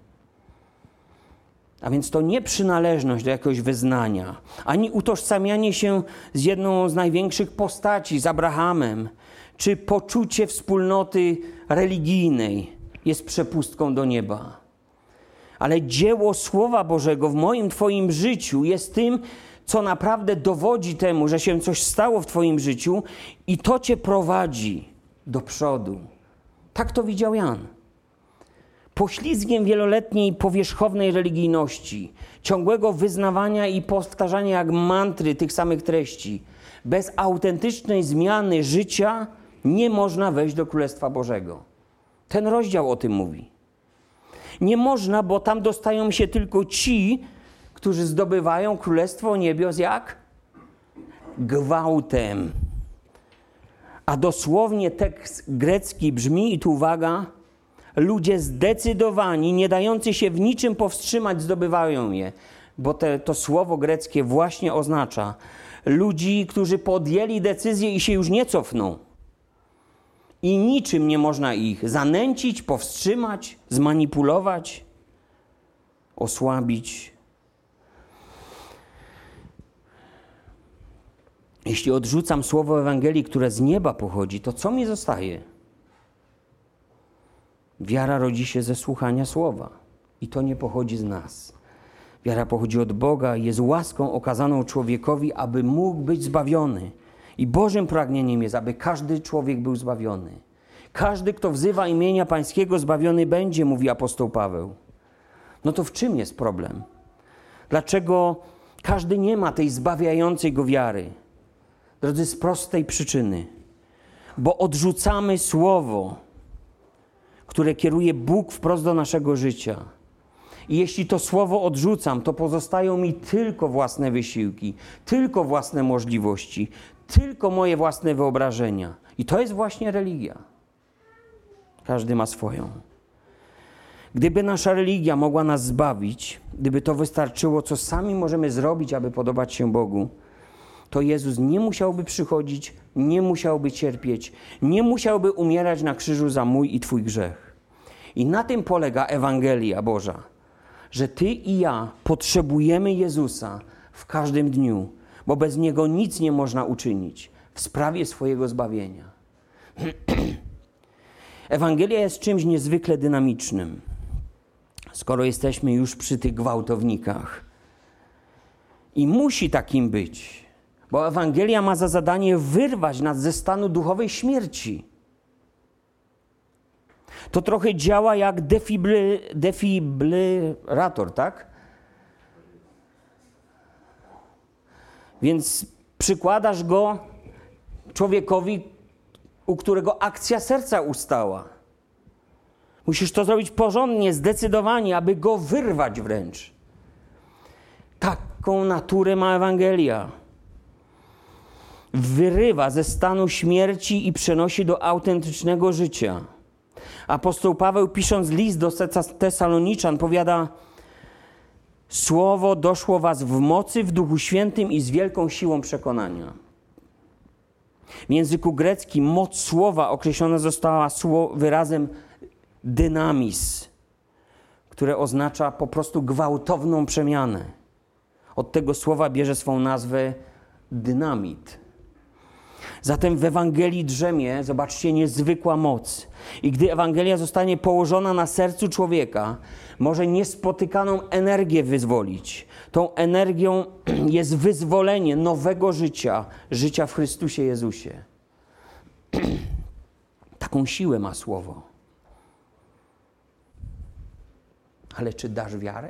A więc to nie przynależność do jakiegoś wyznania, ani utożsamianie się z jedną z największych postaci, z Abrahamem, czy poczucie wspólnoty religijnej jest przepustką do nieba. Ale dzieło Słowa Bożego w moim, Twoim życiu jest tym, co naprawdę dowodzi temu, że się coś stało w Twoim życiu i to Cię prowadzi do przodu. Tak to widział Jan. poślizgiem wieloletniej powierzchownej religijności, ciągłego wyznawania i powtarzania jak mantry tych samych treści. Bez autentycznej zmiany życia nie można wejść do Królestwa Bożego. Ten rozdział o tym mówi. Nie można, bo tam dostają się tylko ci, którzy zdobywają Królestwo Niebios jak? Gwałtem. A dosłownie tekst grecki brzmi, i tu uwaga, ludzie zdecydowani, nie dający się w niczym powstrzymać, zdobywają je. Bo to słowo greckie właśnie oznacza ludzi, którzy podjęli decyzję i się już nie cofną. I niczym nie można ich zanęcić, powstrzymać, zmanipulować, osłabić. Jeśli odrzucam słowo Ewangelii, które z nieba pochodzi, to co mi zostaje? Wiara rodzi się ze słuchania słowa i to nie pochodzi z nas. Wiara pochodzi od Boga i jest łaską okazaną człowiekowi, aby mógł być zbawiony. I Bożym pragnieniem jest, aby każdy człowiek był zbawiony. Każdy, kto wzywa imienia Pańskiego, zbawiony będzie, mówi apostoł Paweł. No to w czym jest problem? Dlaczego każdy nie ma tej zbawiającej go wiary? Drodzy, z prostej przyczyny. Bo odrzucamy słowo, które kieruje Bóg wprost do naszego życia. I jeśli to słowo odrzucam, to pozostają mi tylko własne wysiłki, tylko własne możliwości, tylko moje własne wyobrażenia. I to jest właśnie religia. Każdy ma swoją. Gdyby nasza religia mogła nas zbawić, gdyby to wystarczyło, co sami możemy zrobić, aby podobać się Bogu, to Jezus nie musiałby przychodzić, nie musiałby cierpieć, nie musiałby umierać na krzyżu za mój i Twój grzech. I na tym polega Ewangelia Boża, że Ty i ja potrzebujemy Jezusa w każdym dniu, bo bez Niego nic nie można uczynić w sprawie swojego zbawienia. Ewangelia jest czymś niezwykle dynamicznym. Skoro jesteśmy już przy tych gwałtownikach. I musi takim być, bo Ewangelia ma za zadanie wyrwać nas ze stanu duchowej śmierci. To trochę działa jak defibrylator, tak? Więc przykładasz go człowiekowi, u którego akcja serca ustała. Musisz to zrobić porządnie, zdecydowanie, aby go wyrwać wręcz. Taką naturę ma Ewangelia. Wyrywa ze stanu śmierci i przenosi do autentycznego życia. Apostoł Paweł, pisząc list do Tesaloniczan, powiada: słowo doszło was w mocy, w Duchu Świętym i z wielką siłą przekonania. W języku greckim moc słowa określona została wyrazem dynamis, które oznacza po prostu gwałtowną przemianę. Od tego słowa bierze swą nazwę dynamit. Zatem w Ewangelii drzemie, zobaczcie, niezwykła moc. I gdy Ewangelia zostanie położona na sercu człowieka, może niespotykaną energię wyzwolić. Tą energią jest wyzwolenie nowego życia, życia w Chrystusie Jezusie. Taką siłę ma słowo. Ale czy dasz wiarę?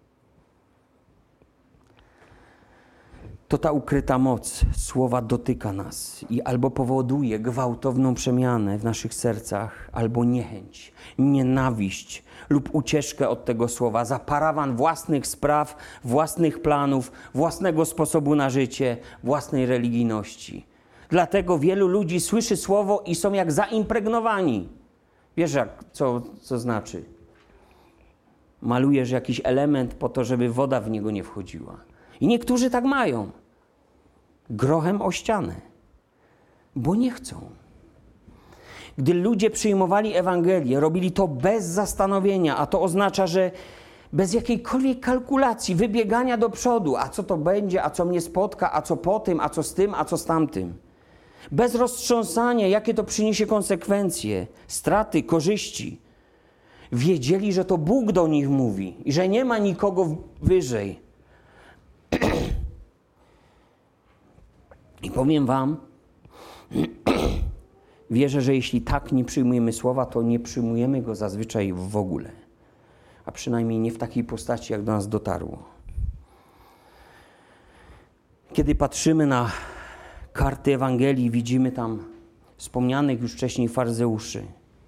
To ta ukryta moc słowa dotyka nas i albo powoduje gwałtowną przemianę w naszych sercach, albo niechęć, nienawiść lub ucieczkę od tego słowa za parawan własnych spraw, własnych planów, własnego sposobu na życie, własnej religijności. Dlatego wielu ludzi słyszy słowo i są jak zaimpregnowani. Wiesz, co znaczy? Malujesz jakiś element po to, żeby woda w niego nie wchodziła. I niektórzy tak mają. Grochem o ścianę. Bo nie chcą. Gdy ludzie przyjmowali Ewangelię, robili to bez zastanowienia, a to oznacza, że bez jakiejkolwiek kalkulacji, wybiegania do przodu, a co to będzie, a co mnie spotka, a co po tym, a co z tym, a co z tamtym. Bez roztrząsania, jakie to przyniesie konsekwencje, straty, korzyści. Wiedzieli, że to Bóg do nich mówi i że nie ma nikogo wyżej. I powiem wam, wierzę, że jeśli tak nie przyjmujemy słowa, to nie przyjmujemy go zazwyczaj w ogóle. a przynajmniej nie w takiej postaci, jak do nas dotarło. Kiedy patrzymy na karty Ewangelii, widzimy tam wspomnianych już wcześniej faryzeuszy,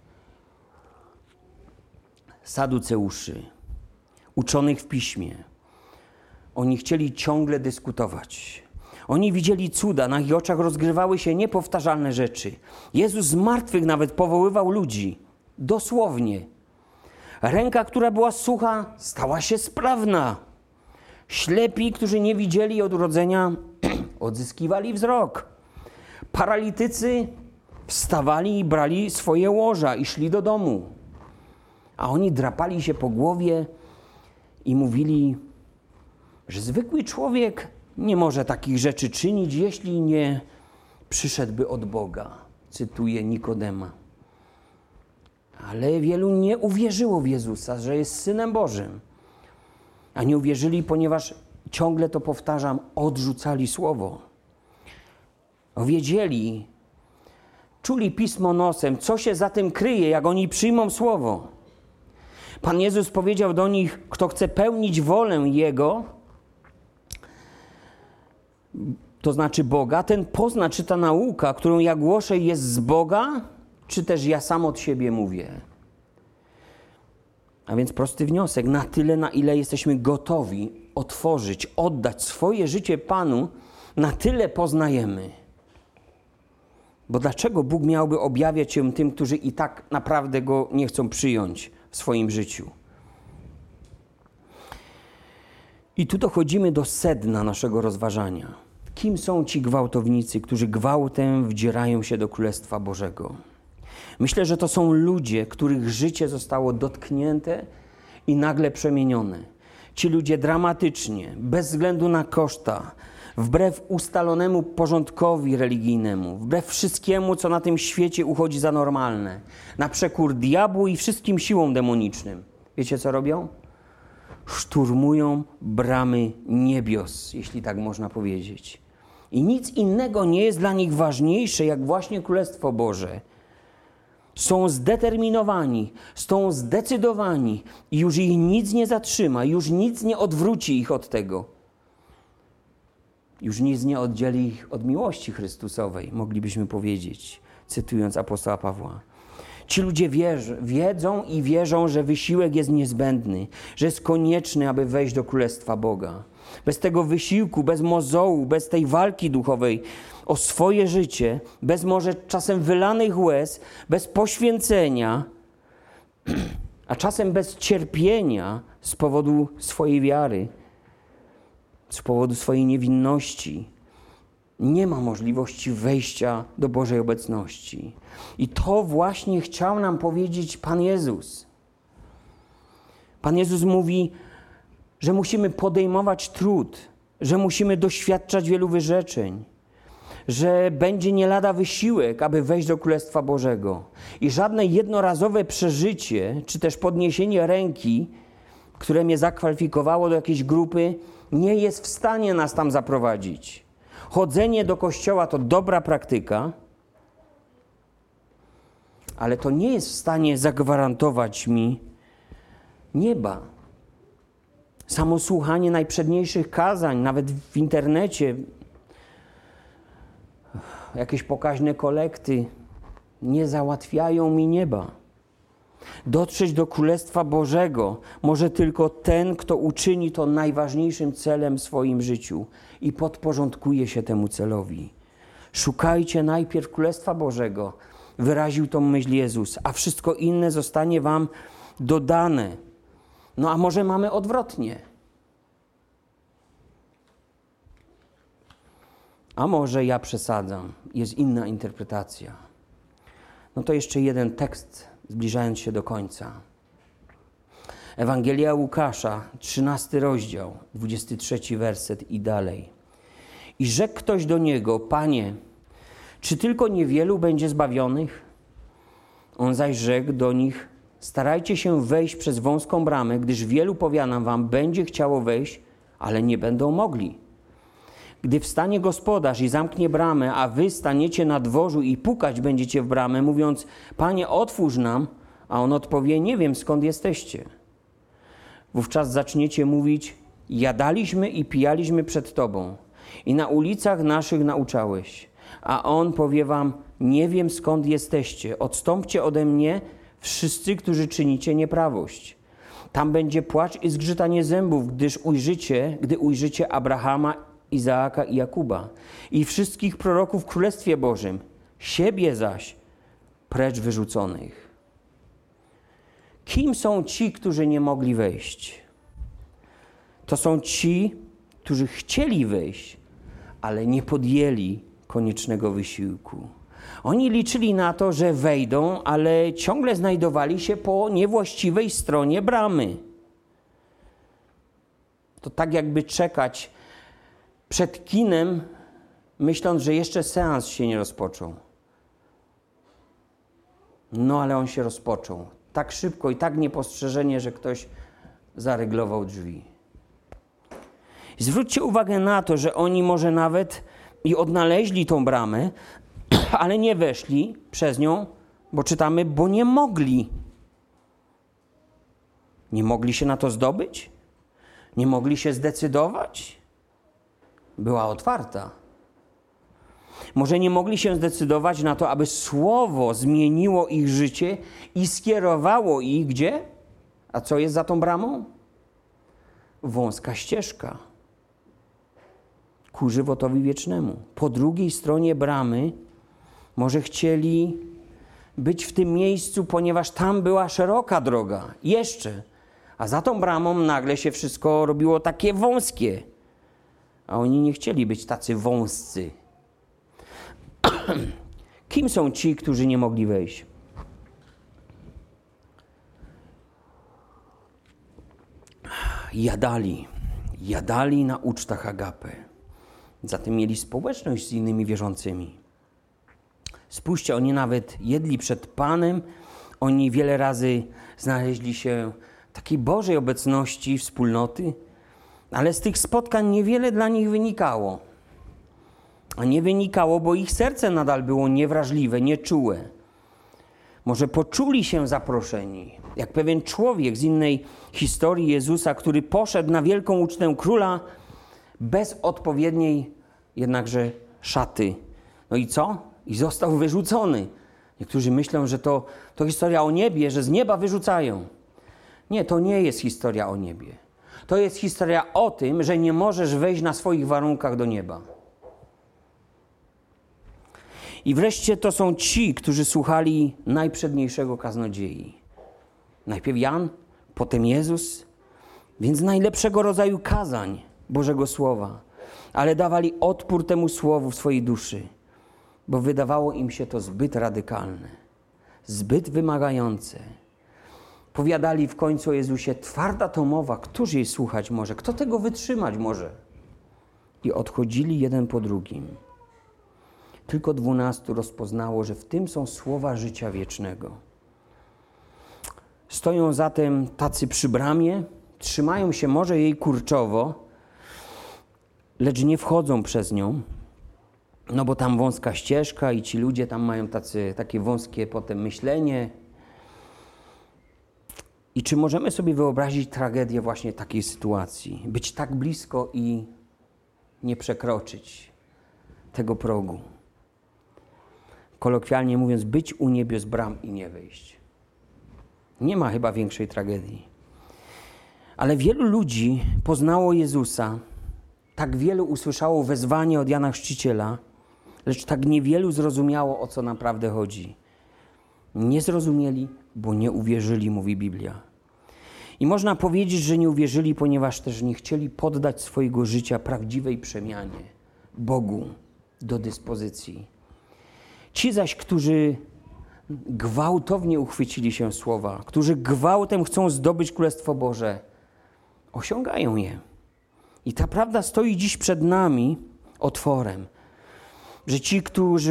saduceuszy, uczonych w piśmie. Oni chcieli ciągle dyskutować. Oni widzieli cuda, na ich oczach rozgrywały się niepowtarzalne rzeczy. Jezus z martwych nawet powoływał ludzi. Dosłownie. Ręka, która była sucha, stała się sprawna. Ślepi, którzy nie widzieli od urodzenia, odzyskiwali wzrok. Paralitycy wstawali i brali swoje łoża i szli do domu. A oni drapali się po głowie i mówili, że zwykły człowiek nie może takich rzeczy czynić, jeśli nie przyszedłby od Boga. Cytuję Nikodema. Ale wielu nie uwierzyło w Jezusa, że jest Synem Bożym. A nie uwierzyli, ponieważ, ciągle to powtarzam, odrzucali Słowo. Wiedzieli, czuli Pismo nosem, co się za tym kryje, jak oni przyjmą Słowo. Pan Jezus powiedział do nich, kto chce pełnić wolę Jego, to znaczy Boga, ten pozna, czy ta nauka, którą ja głoszę, jest z Boga, czy też ja sam od siebie mówię. A więc prosty wniosek, na tyle, na ile jesteśmy gotowi otworzyć, oddać swoje życie Panu, na tyle poznajemy. Bo dlaczego Bóg miałby objawiać się tym, którzy i tak naprawdę Go nie chcą przyjąć w swoim życiu? I tu dochodzimy do sedna naszego rozważania. Kim są ci gwałtownicy, którzy gwałtem wdzierają się do Królestwa Bożego? Myślę, że to są ludzie, których życie zostało dotknięte i nagle przemienione. Ci ludzie dramatycznie, bez względu na koszta, wbrew ustalonemu porządkowi religijnemu, wbrew wszystkiemu, co na tym świecie uchodzi za normalne, na przekór diabłu i wszystkim siłom demonicznym. Wiecie, co robią? Szturmują bramy niebios, jeśli tak można powiedzieć. I nic innego nie jest dla nich ważniejsze, jak właśnie Królestwo Boże. Są zdeterminowani, są zdecydowani i już ich nic nie zatrzyma, już nic nie odwróci ich od tego. Już nic nie oddzieli ich od miłości Chrystusowej, moglibyśmy powiedzieć, cytując apostoła Pawła. Ci ludzie wiedzą i wierzą, że wysiłek jest niezbędny, że jest konieczny, aby wejść do Królestwa Boga. Bez tego wysiłku, bez mozołu, bez tej walki duchowej o swoje życie, bez może czasem wylanych łez, bez poświęcenia, a czasem bez cierpienia z powodu swojej wiary, z powodu swojej niewinności, nie ma możliwości wejścia do Bożej obecności. I to właśnie chciał nam powiedzieć Pan Jezus. Pan Jezus mówi, że musimy podejmować trud, że musimy doświadczać wielu wyrzeczeń, że będzie nie lada wysiłek, aby wejść do Królestwa Bożego. I żadne jednorazowe przeżycie, czy też podniesienie ręki, które mnie zakwalifikowało do jakiejś grupy, nie jest w stanie nas tam zaprowadzić. Chodzenie do kościoła to dobra praktyka, ale to nie jest w stanie zagwarantować mi nieba. Samo słuchanie najprzedniejszych kazań, nawet w internecie, jakieś pokaźne kolekty, nie załatwiają mi nieba. Dotrzeć do Królestwa Bożego może tylko ten, kto uczyni to najważniejszym celem w swoim życiu i podporządkuje się temu celowi. Szukajcie najpierw Królestwa Bożego, wyraził tą myśl Jezus, a wszystko inne zostanie wam dodane. No a może mamy odwrotnie? A może ja przesadzam, jest inna interpretacja. No to jeszcze jeden tekst, zbliżając się do końca. Ewangelia Łukasza, 13 rozdział, 23 werset i dalej. I rzekł ktoś do niego, Panie, czy tylko niewielu będzie zbawionych? On zaś rzekł do nich, starajcie się wejść przez wąską bramę, gdyż wielu, powiadam wam, będzie chciało wejść, ale nie będą mogli. Gdy wstanie gospodarz i zamknie bramę, a wy staniecie na dworzu i pukać będziecie w bramę, mówiąc, Panie, otwórz nam, a on odpowie, nie wiem, skąd jesteście. Wówczas zaczniecie mówić: jadaliśmy i pijaliśmy przed Tobą i na ulicach naszych nauczałeś. A On powie wam: nie wiem, skąd jesteście. Odstąpcie ode mnie, wszyscy, którzy czynicie nieprawość. Tam będzie płacz i zgrzytanie zębów, gdy ujrzycie Abrahama, Izaaka i Jakuba i wszystkich proroków w Królestwie Bożym, siebie zaś precz wyrzuconych. Kim są ci, którzy nie mogli wejść? To są ci, którzy chcieli wejść, ale nie podjęli koniecznego wysiłku. Oni liczyli na to, że wejdą, ale ciągle znajdowali się po niewłaściwej stronie bramy. To tak jakby czekać przed kinem, myśląc, że jeszcze seans się nie rozpoczął. No ale on się rozpoczął. Tak szybko i tak niepostrzeżenie, że ktoś zaryglował drzwi. Zwróćcie uwagę na to, że oni może nawet i odnaleźli tą bramę, ale nie weszli przez nią, bo czytamy, bo nie mogli. Nie mogli się na to zdobyć? Nie mogli się zdecydować? Była otwarta. Może nie mogli się zdecydować na to, aby słowo zmieniło ich życie i skierowało ich gdzie? A co jest za tą bramą? Wąska ścieżka ku żywotowi wiecznemu. Po drugiej stronie bramy może chcieli być w tym miejscu, ponieważ tam była szeroka droga. Jeszcze. A za tą bramą nagle się wszystko robiło takie wąskie. A oni nie chcieli być tacy wąscy. Kim są ci, którzy nie mogli wejść? Jadali na ucztach agape. Zatem mieli społeczność z innymi wierzącymi. Spójrzcie, oni nawet jedli przed Panem. Oni wiele razy znaleźli się w takiej Bożej obecności, wspólnoty, ale z tych spotkań niewiele dla nich wynikało. A nie wynikało, bo ich serce nadal było niewrażliwe, nieczułe. Może poczuli się zaproszeni, jak pewien człowiek z innej historii Jezusa, który poszedł na wielką ucztę króla bez odpowiedniej jednakże szaty. No i co? I został wyrzucony. Niektórzy myślą, że to historia o niebie, że z nieba wyrzucają. Nie, to nie jest historia o niebie. To jest historia o tym, że nie możesz wejść na swoich warunkach do nieba. I wreszcie to są ci, którzy słuchali najprzedniejszego kaznodziei. Najpierw Jan, potem Jezus, więc najlepszego rodzaju kazań Bożego Słowa. Ale dawali odpór temu Słowu w swojej duszy, bo wydawało im się to zbyt radykalne, zbyt wymagające. Powiadali w końcu o Jezusie: twarda to mowa, któż jej słuchać może? Kto tego wytrzymać może? I odchodzili jeden po drugim. Tylko 12 rozpoznało, że w tym są słowa życia wiecznego. Stoją zatem tacy przy bramie, trzymają się może jej kurczowo, lecz nie wchodzą przez nią, no bo tam wąska ścieżka i ci ludzie tam mają takie wąskie potem myślenie. I czy możemy sobie wyobrazić tragedię właśnie takiej sytuacji? Być tak blisko i nie przekroczyć tego progu. Kolokwialnie mówiąc, być u niebios bram i nie wejść. Nie ma chyba większej tragedii. Ale wielu ludzi poznało Jezusa, tak wielu usłyszało wezwanie od Jana Chrzciciela, lecz tak niewielu zrozumiało, o co naprawdę chodzi. Nie zrozumieli, bo nie uwierzyli, mówi Biblia. I można powiedzieć, że nie uwierzyli, ponieważ też nie chcieli poddać swojego życia prawdziwej przemianie Bogu do dyspozycji. Ci zaś, którzy gwałtownie uchwycili się słowa, którzy gwałtem chcą zdobyć Królestwo Boże, osiągają je. I ta prawda stoi dziś przed nami otworem, że ci,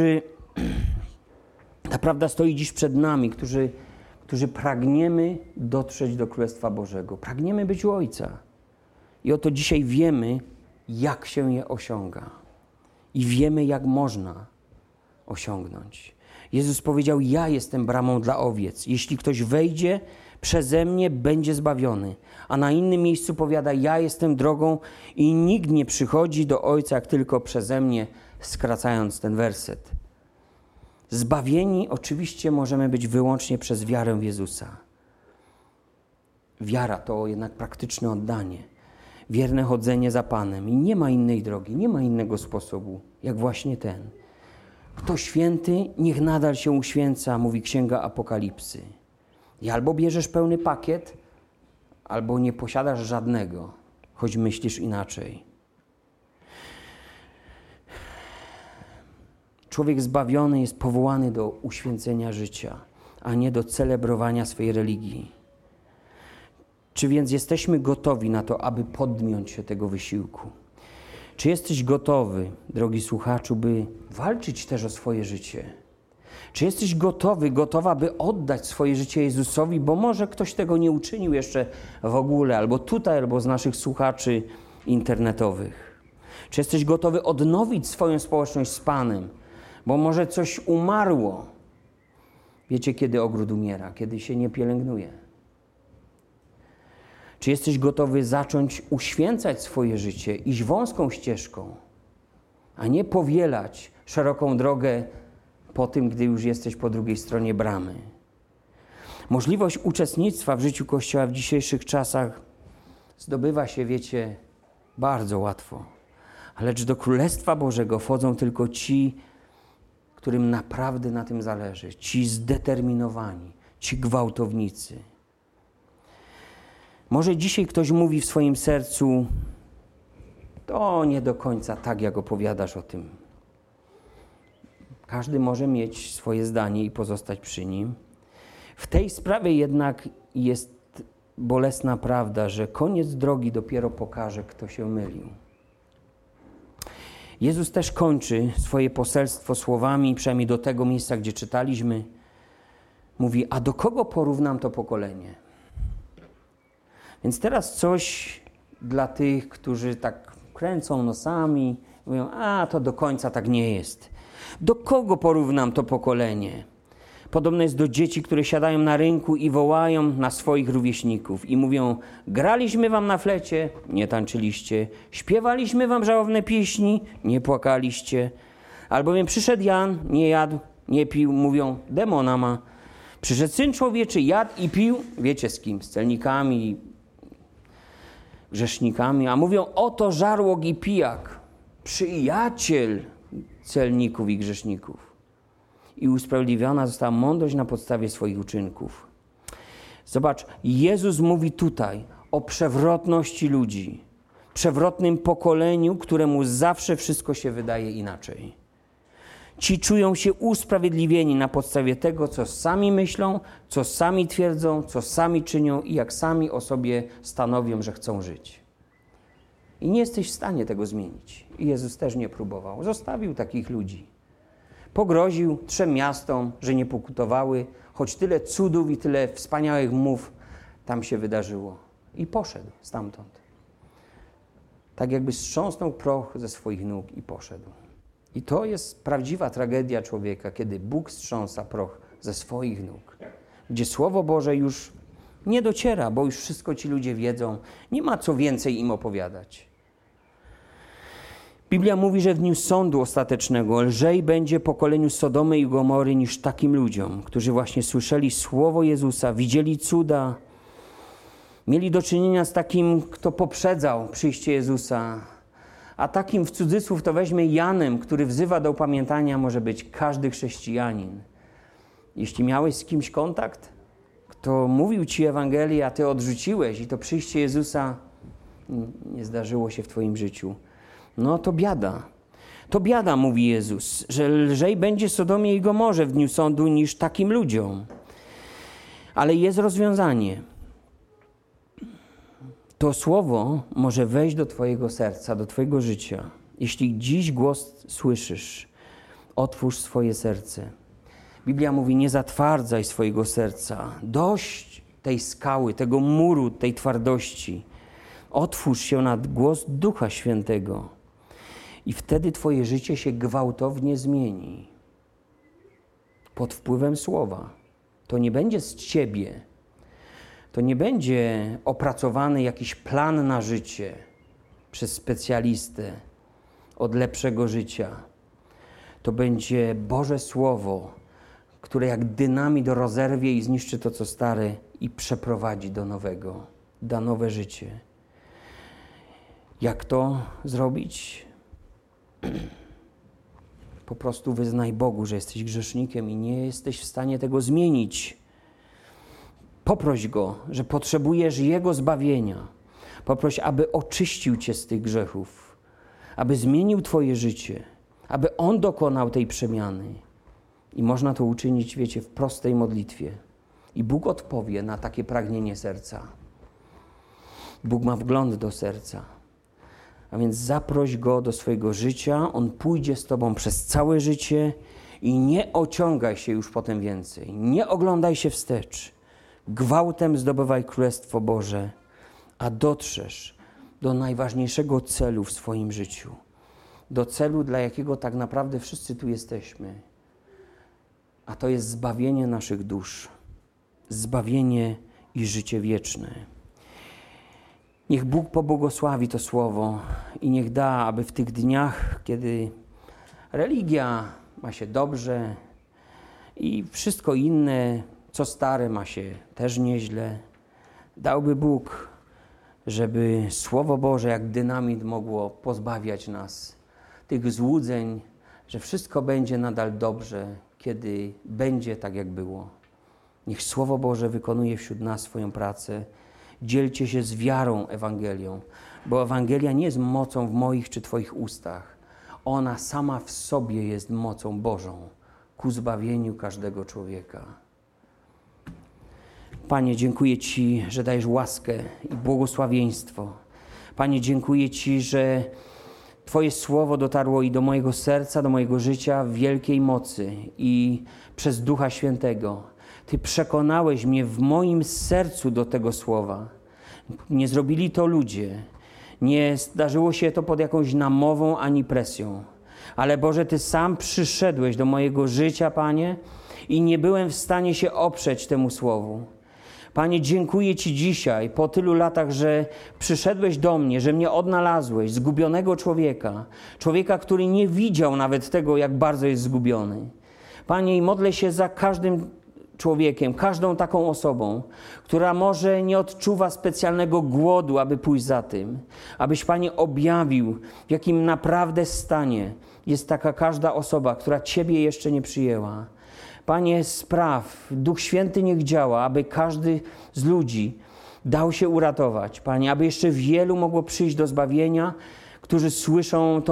ta prawda stoi dziś przed nami, którzy pragniemy dotrzeć do Królestwa Bożego. Pragniemy być u Ojca. I oto dzisiaj wiemy, jak się je osiąga. I wiemy, jak można osiągnąć. Jezus powiedział, ja jestem bramą dla owiec. Jeśli ktoś wejdzie przeze mnie, będzie zbawiony. A na innym miejscu powiada, ja jestem drogą i nikt nie przychodzi do Ojca, jak tylko przeze mnie, skracając ten werset. Zbawieni oczywiście możemy być wyłącznie przez wiarę w Jezusa. Wiara to jednak praktyczne oddanie, wierne chodzenie za Panem. I nie ma innej drogi, nie ma innego sposobu, jak właśnie ten. Kto święty, niech nadal się uświęca, mówi Księga Apokalipsy. I albo bierzesz pełny pakiet, albo nie posiadasz żadnego, choć myślisz inaczej. Człowiek zbawiony jest powołany do uświęcenia życia, a nie do celebrowania swej religii. Czy więc jesteśmy gotowi na to, aby podjąć się tego wysiłku? Czy jesteś gotowy, drogi słuchaczu, by walczyć też o swoje życie? Czy jesteś gotowa, by oddać swoje życie Jezusowi, bo może ktoś tego nie uczynił jeszcze w ogóle, albo tutaj, albo z naszych słuchaczy internetowych? Czy jesteś gotowy odnowić swoją społeczność z Panem, bo może coś umarło? Wiecie, kiedy ogród umiera? Kiedy się nie pielęgnuje. Czy jesteś gotowy zacząć uświęcać swoje życie, iść wąską ścieżką, a nie powielać szeroką drogę po tym, gdy już jesteś po drugiej stronie bramy? Możliwość uczestnictwa w życiu Kościoła w dzisiejszych czasach zdobywa się, wiecie, bardzo łatwo. Lecz do Królestwa Bożego wchodzą tylko ci, którym naprawdę na tym zależy. Ci zdeterminowani, ci gwałtownicy. Może dzisiaj ktoś mówi w swoim sercu, to nie do końca tak, jak opowiadasz o tym. Każdy może mieć swoje zdanie i pozostać przy nim. W tej sprawie jednak jest bolesna prawda, że koniec drogi dopiero pokaże, kto się mylił. Jezus też kończy swoje poselstwo słowami, przynajmniej do tego miejsca, gdzie czytaliśmy. Mówi, a do kogo porównam to pokolenie? Więc teraz coś dla tych, którzy tak kręcą nosami, mówią, a to do końca tak nie jest. Do kogo porównam to pokolenie? Podobne jest do dzieci, które siadają na rynku i wołają na swoich rówieśników i mówią, graliśmy wam na flecie, nie tańczyliście, śpiewaliśmy wam żałobne pieśni, nie płakaliście. Albowiem przyszedł Jan, nie jadł, nie pił, mówią, demona ma. Przyszedł Syn Człowieczy, jadł i pił, wiecie z kim, z celnikami, grzesznikami, a mówią, oto żarłok i pijak, przyjaciel celników i grzeszników. I usprawiedliwiona została mądrość na podstawie swoich uczynków. Zobacz, Jezus mówi tutaj o przewrotności ludzi, przewrotnym pokoleniu, któremu zawsze wszystko się wydaje inaczej. Ci czują się usprawiedliwieni na podstawie tego, co sami myślą, co sami twierdzą, co sami czynią i jak sami o sobie stanowią, że chcą żyć. I nie jesteś w stanie tego zmienić. I Jezus też nie próbował. Zostawił takich ludzi. Pogroził 3 miastom, że nie pokutowały, choć tyle cudów i tyle wspaniałych mów tam się wydarzyło. I poszedł stamtąd. Tak jakby strząsnął proch ze swoich nóg i poszedł. I to jest prawdziwa tragedia człowieka, kiedy Bóg strząsa proch ze swoich nóg. Gdzie Słowo Boże już nie dociera, bo już wszystko ci ludzie wiedzą. Nie ma co więcej im opowiadać. Biblia mówi, że w dniu sądu ostatecznego lżej będzie pokoleniu Sodomy i Gomory niż takim ludziom, którzy właśnie słyszeli Słowo Jezusa, widzieli cuda, mieli do czynienia z takim, kto poprzedzał przyjście Jezusa. A takim w cudzysłów to weźmie Janem, który wzywa do upamiętania może być każdy chrześcijanin. Jeśli miałeś z kimś kontakt, kto mówił ci Ewangelię, a ty odrzuciłeś i to przyjście Jezusa nie zdarzyło się w twoim życiu, no to biada. To biada, mówi Jezus, że lżej będzie Sodomie i Gomorze w dniu sądu niż takim ludziom. Ale jest rozwiązanie. To słowo może wejść do twojego serca, do twojego życia. Jeśli dziś głos słyszysz, otwórz swoje serce. Biblia mówi, nie zatwardzaj swojego serca. Dość tej skały, tego muru, tej twardości. Otwórz się na głos Ducha Świętego. I wtedy twoje życie się gwałtownie zmieni. pod wpływem słowa. To nie będzie z ciebie. To nie będzie opracowany jakiś plan na życie przez specjalistę od lepszego życia. To będzie Boże Słowo, które jak dynamit rozerwie i zniszczy to, co stare i przeprowadzi do nowego, da nowe życie. Jak to zrobić? Po prostu wyznaj Bogu, że jesteś grzesznikiem i nie jesteś w stanie tego zmienić. Poproś Go, że potrzebujesz Jego zbawienia. Poproś, aby oczyścił cię z tych grzechów, aby zmienił twoje życie, aby On dokonał tej przemiany. I można to uczynić, wiecie, w prostej modlitwie. I Bóg odpowie na takie pragnienie serca. Bóg ma wgląd do serca. A więc zaproś Go do swojego życia, On pójdzie z tobą przez całe życie i nie ociągaj się już potem więcej. Nie oglądaj się wstecz. Gwałtem zdobywaj Królestwo Boże, a dotrzesz do najważniejszego celu w swoim życiu. Do celu, dla jakiego tak naprawdę wszyscy tu jesteśmy. A to jest zbawienie naszych dusz. Zbawienie i życie wieczne. Niech Bóg pobłogosławi to słowo i niech da, aby w tych dniach, kiedy religia ma się dobrze i wszystko inne, co stare, ma się też nieźle, dałby Bóg, żeby Słowo Boże jak dynamit mogło pozbawiać nas tych złudzeń, że wszystko będzie nadal dobrze, kiedy będzie tak, jak było. Niech Słowo Boże wykonuje wśród nas swoją pracę. Dzielcie się z wiarą Ewangelią, bo Ewangelia nie jest mocą w moich czy Twoich ustach. Ona sama w sobie jest mocą Bożą ku zbawieniu każdego człowieka. Panie, dziękuję Ci, że dajesz łaskę i błogosławieństwo. Panie, dziękuję Ci, że Twoje słowo dotarło i do mojego serca, do mojego życia w wielkiej mocy i przez Ducha Świętego. Ty przekonałeś mnie w moim sercu do tego słowa. Nie zrobili to ludzie. Nie zdarzyło się to pod jakąś namową ani presją. Ale Boże, Ty sam przyszedłeś do mojego życia, Panie, i nie byłem w stanie się oprzeć temu słowu. Panie, dziękuję Ci dzisiaj, po tylu latach, że przyszedłeś do mnie, że mnie odnalazłeś, zgubionego człowieka. Człowieka, który nie widział nawet tego, jak bardzo jest zgubiony. Panie, i modlę się za każdym człowiekiem, każdą taką osobą, która może nie odczuwa specjalnego głodu, aby pójść za tym. Abyś, Panie, objawił, w jakim naprawdę stanie jest taka każda osoba, która Ciebie jeszcze nie przyjęła. Panie, spraw, Duch Święty niech działa, aby każdy z ludzi dał się uratować. Panie, aby jeszcze wielu mogło przyjść do zbawienia, którzy słyszą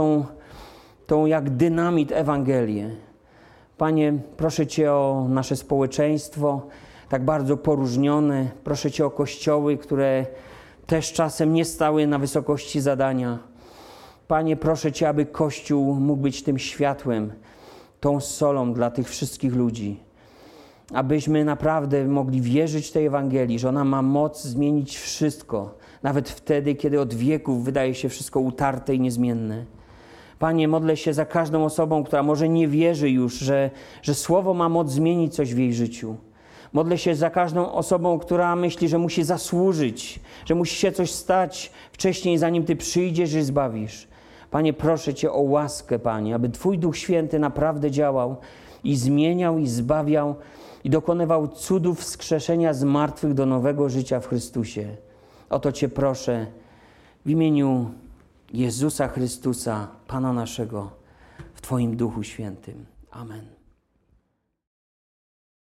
tą jak dynamit Ewangelię. Panie, proszę Cię o nasze społeczeństwo, tak bardzo poróżnione. Proszę Cię o kościoły, które też czasem nie stały na wysokości zadania. Panie, proszę Cię, aby Kościół mógł być tym światłem, tą solą dla tych wszystkich ludzi. Abyśmy naprawdę mogli wierzyć tej Ewangelii, że ona ma moc zmienić wszystko, nawet wtedy, kiedy od wieków wydaje się wszystko utarte i niezmienne. Panie, modlę się za każdą osobą, która może nie wierzy już, że Słowo ma moc zmienić coś w jej życiu. Modlę się za każdą osobą, która myśli, że musi zasłużyć, że musi się coś stać wcześniej, zanim Ty przyjdziesz i zbawisz. Panie, proszę Cię o łaskę, Panie, aby Twój Duch Święty naprawdę działał i zmieniał i zbawiał i dokonywał cudów wskrzeszenia z martwych do nowego życia w Chrystusie. O to Cię proszę w imieniu Jezusa Chrystusa, Pana naszego, w Twoim Duchu Świętym. Amen.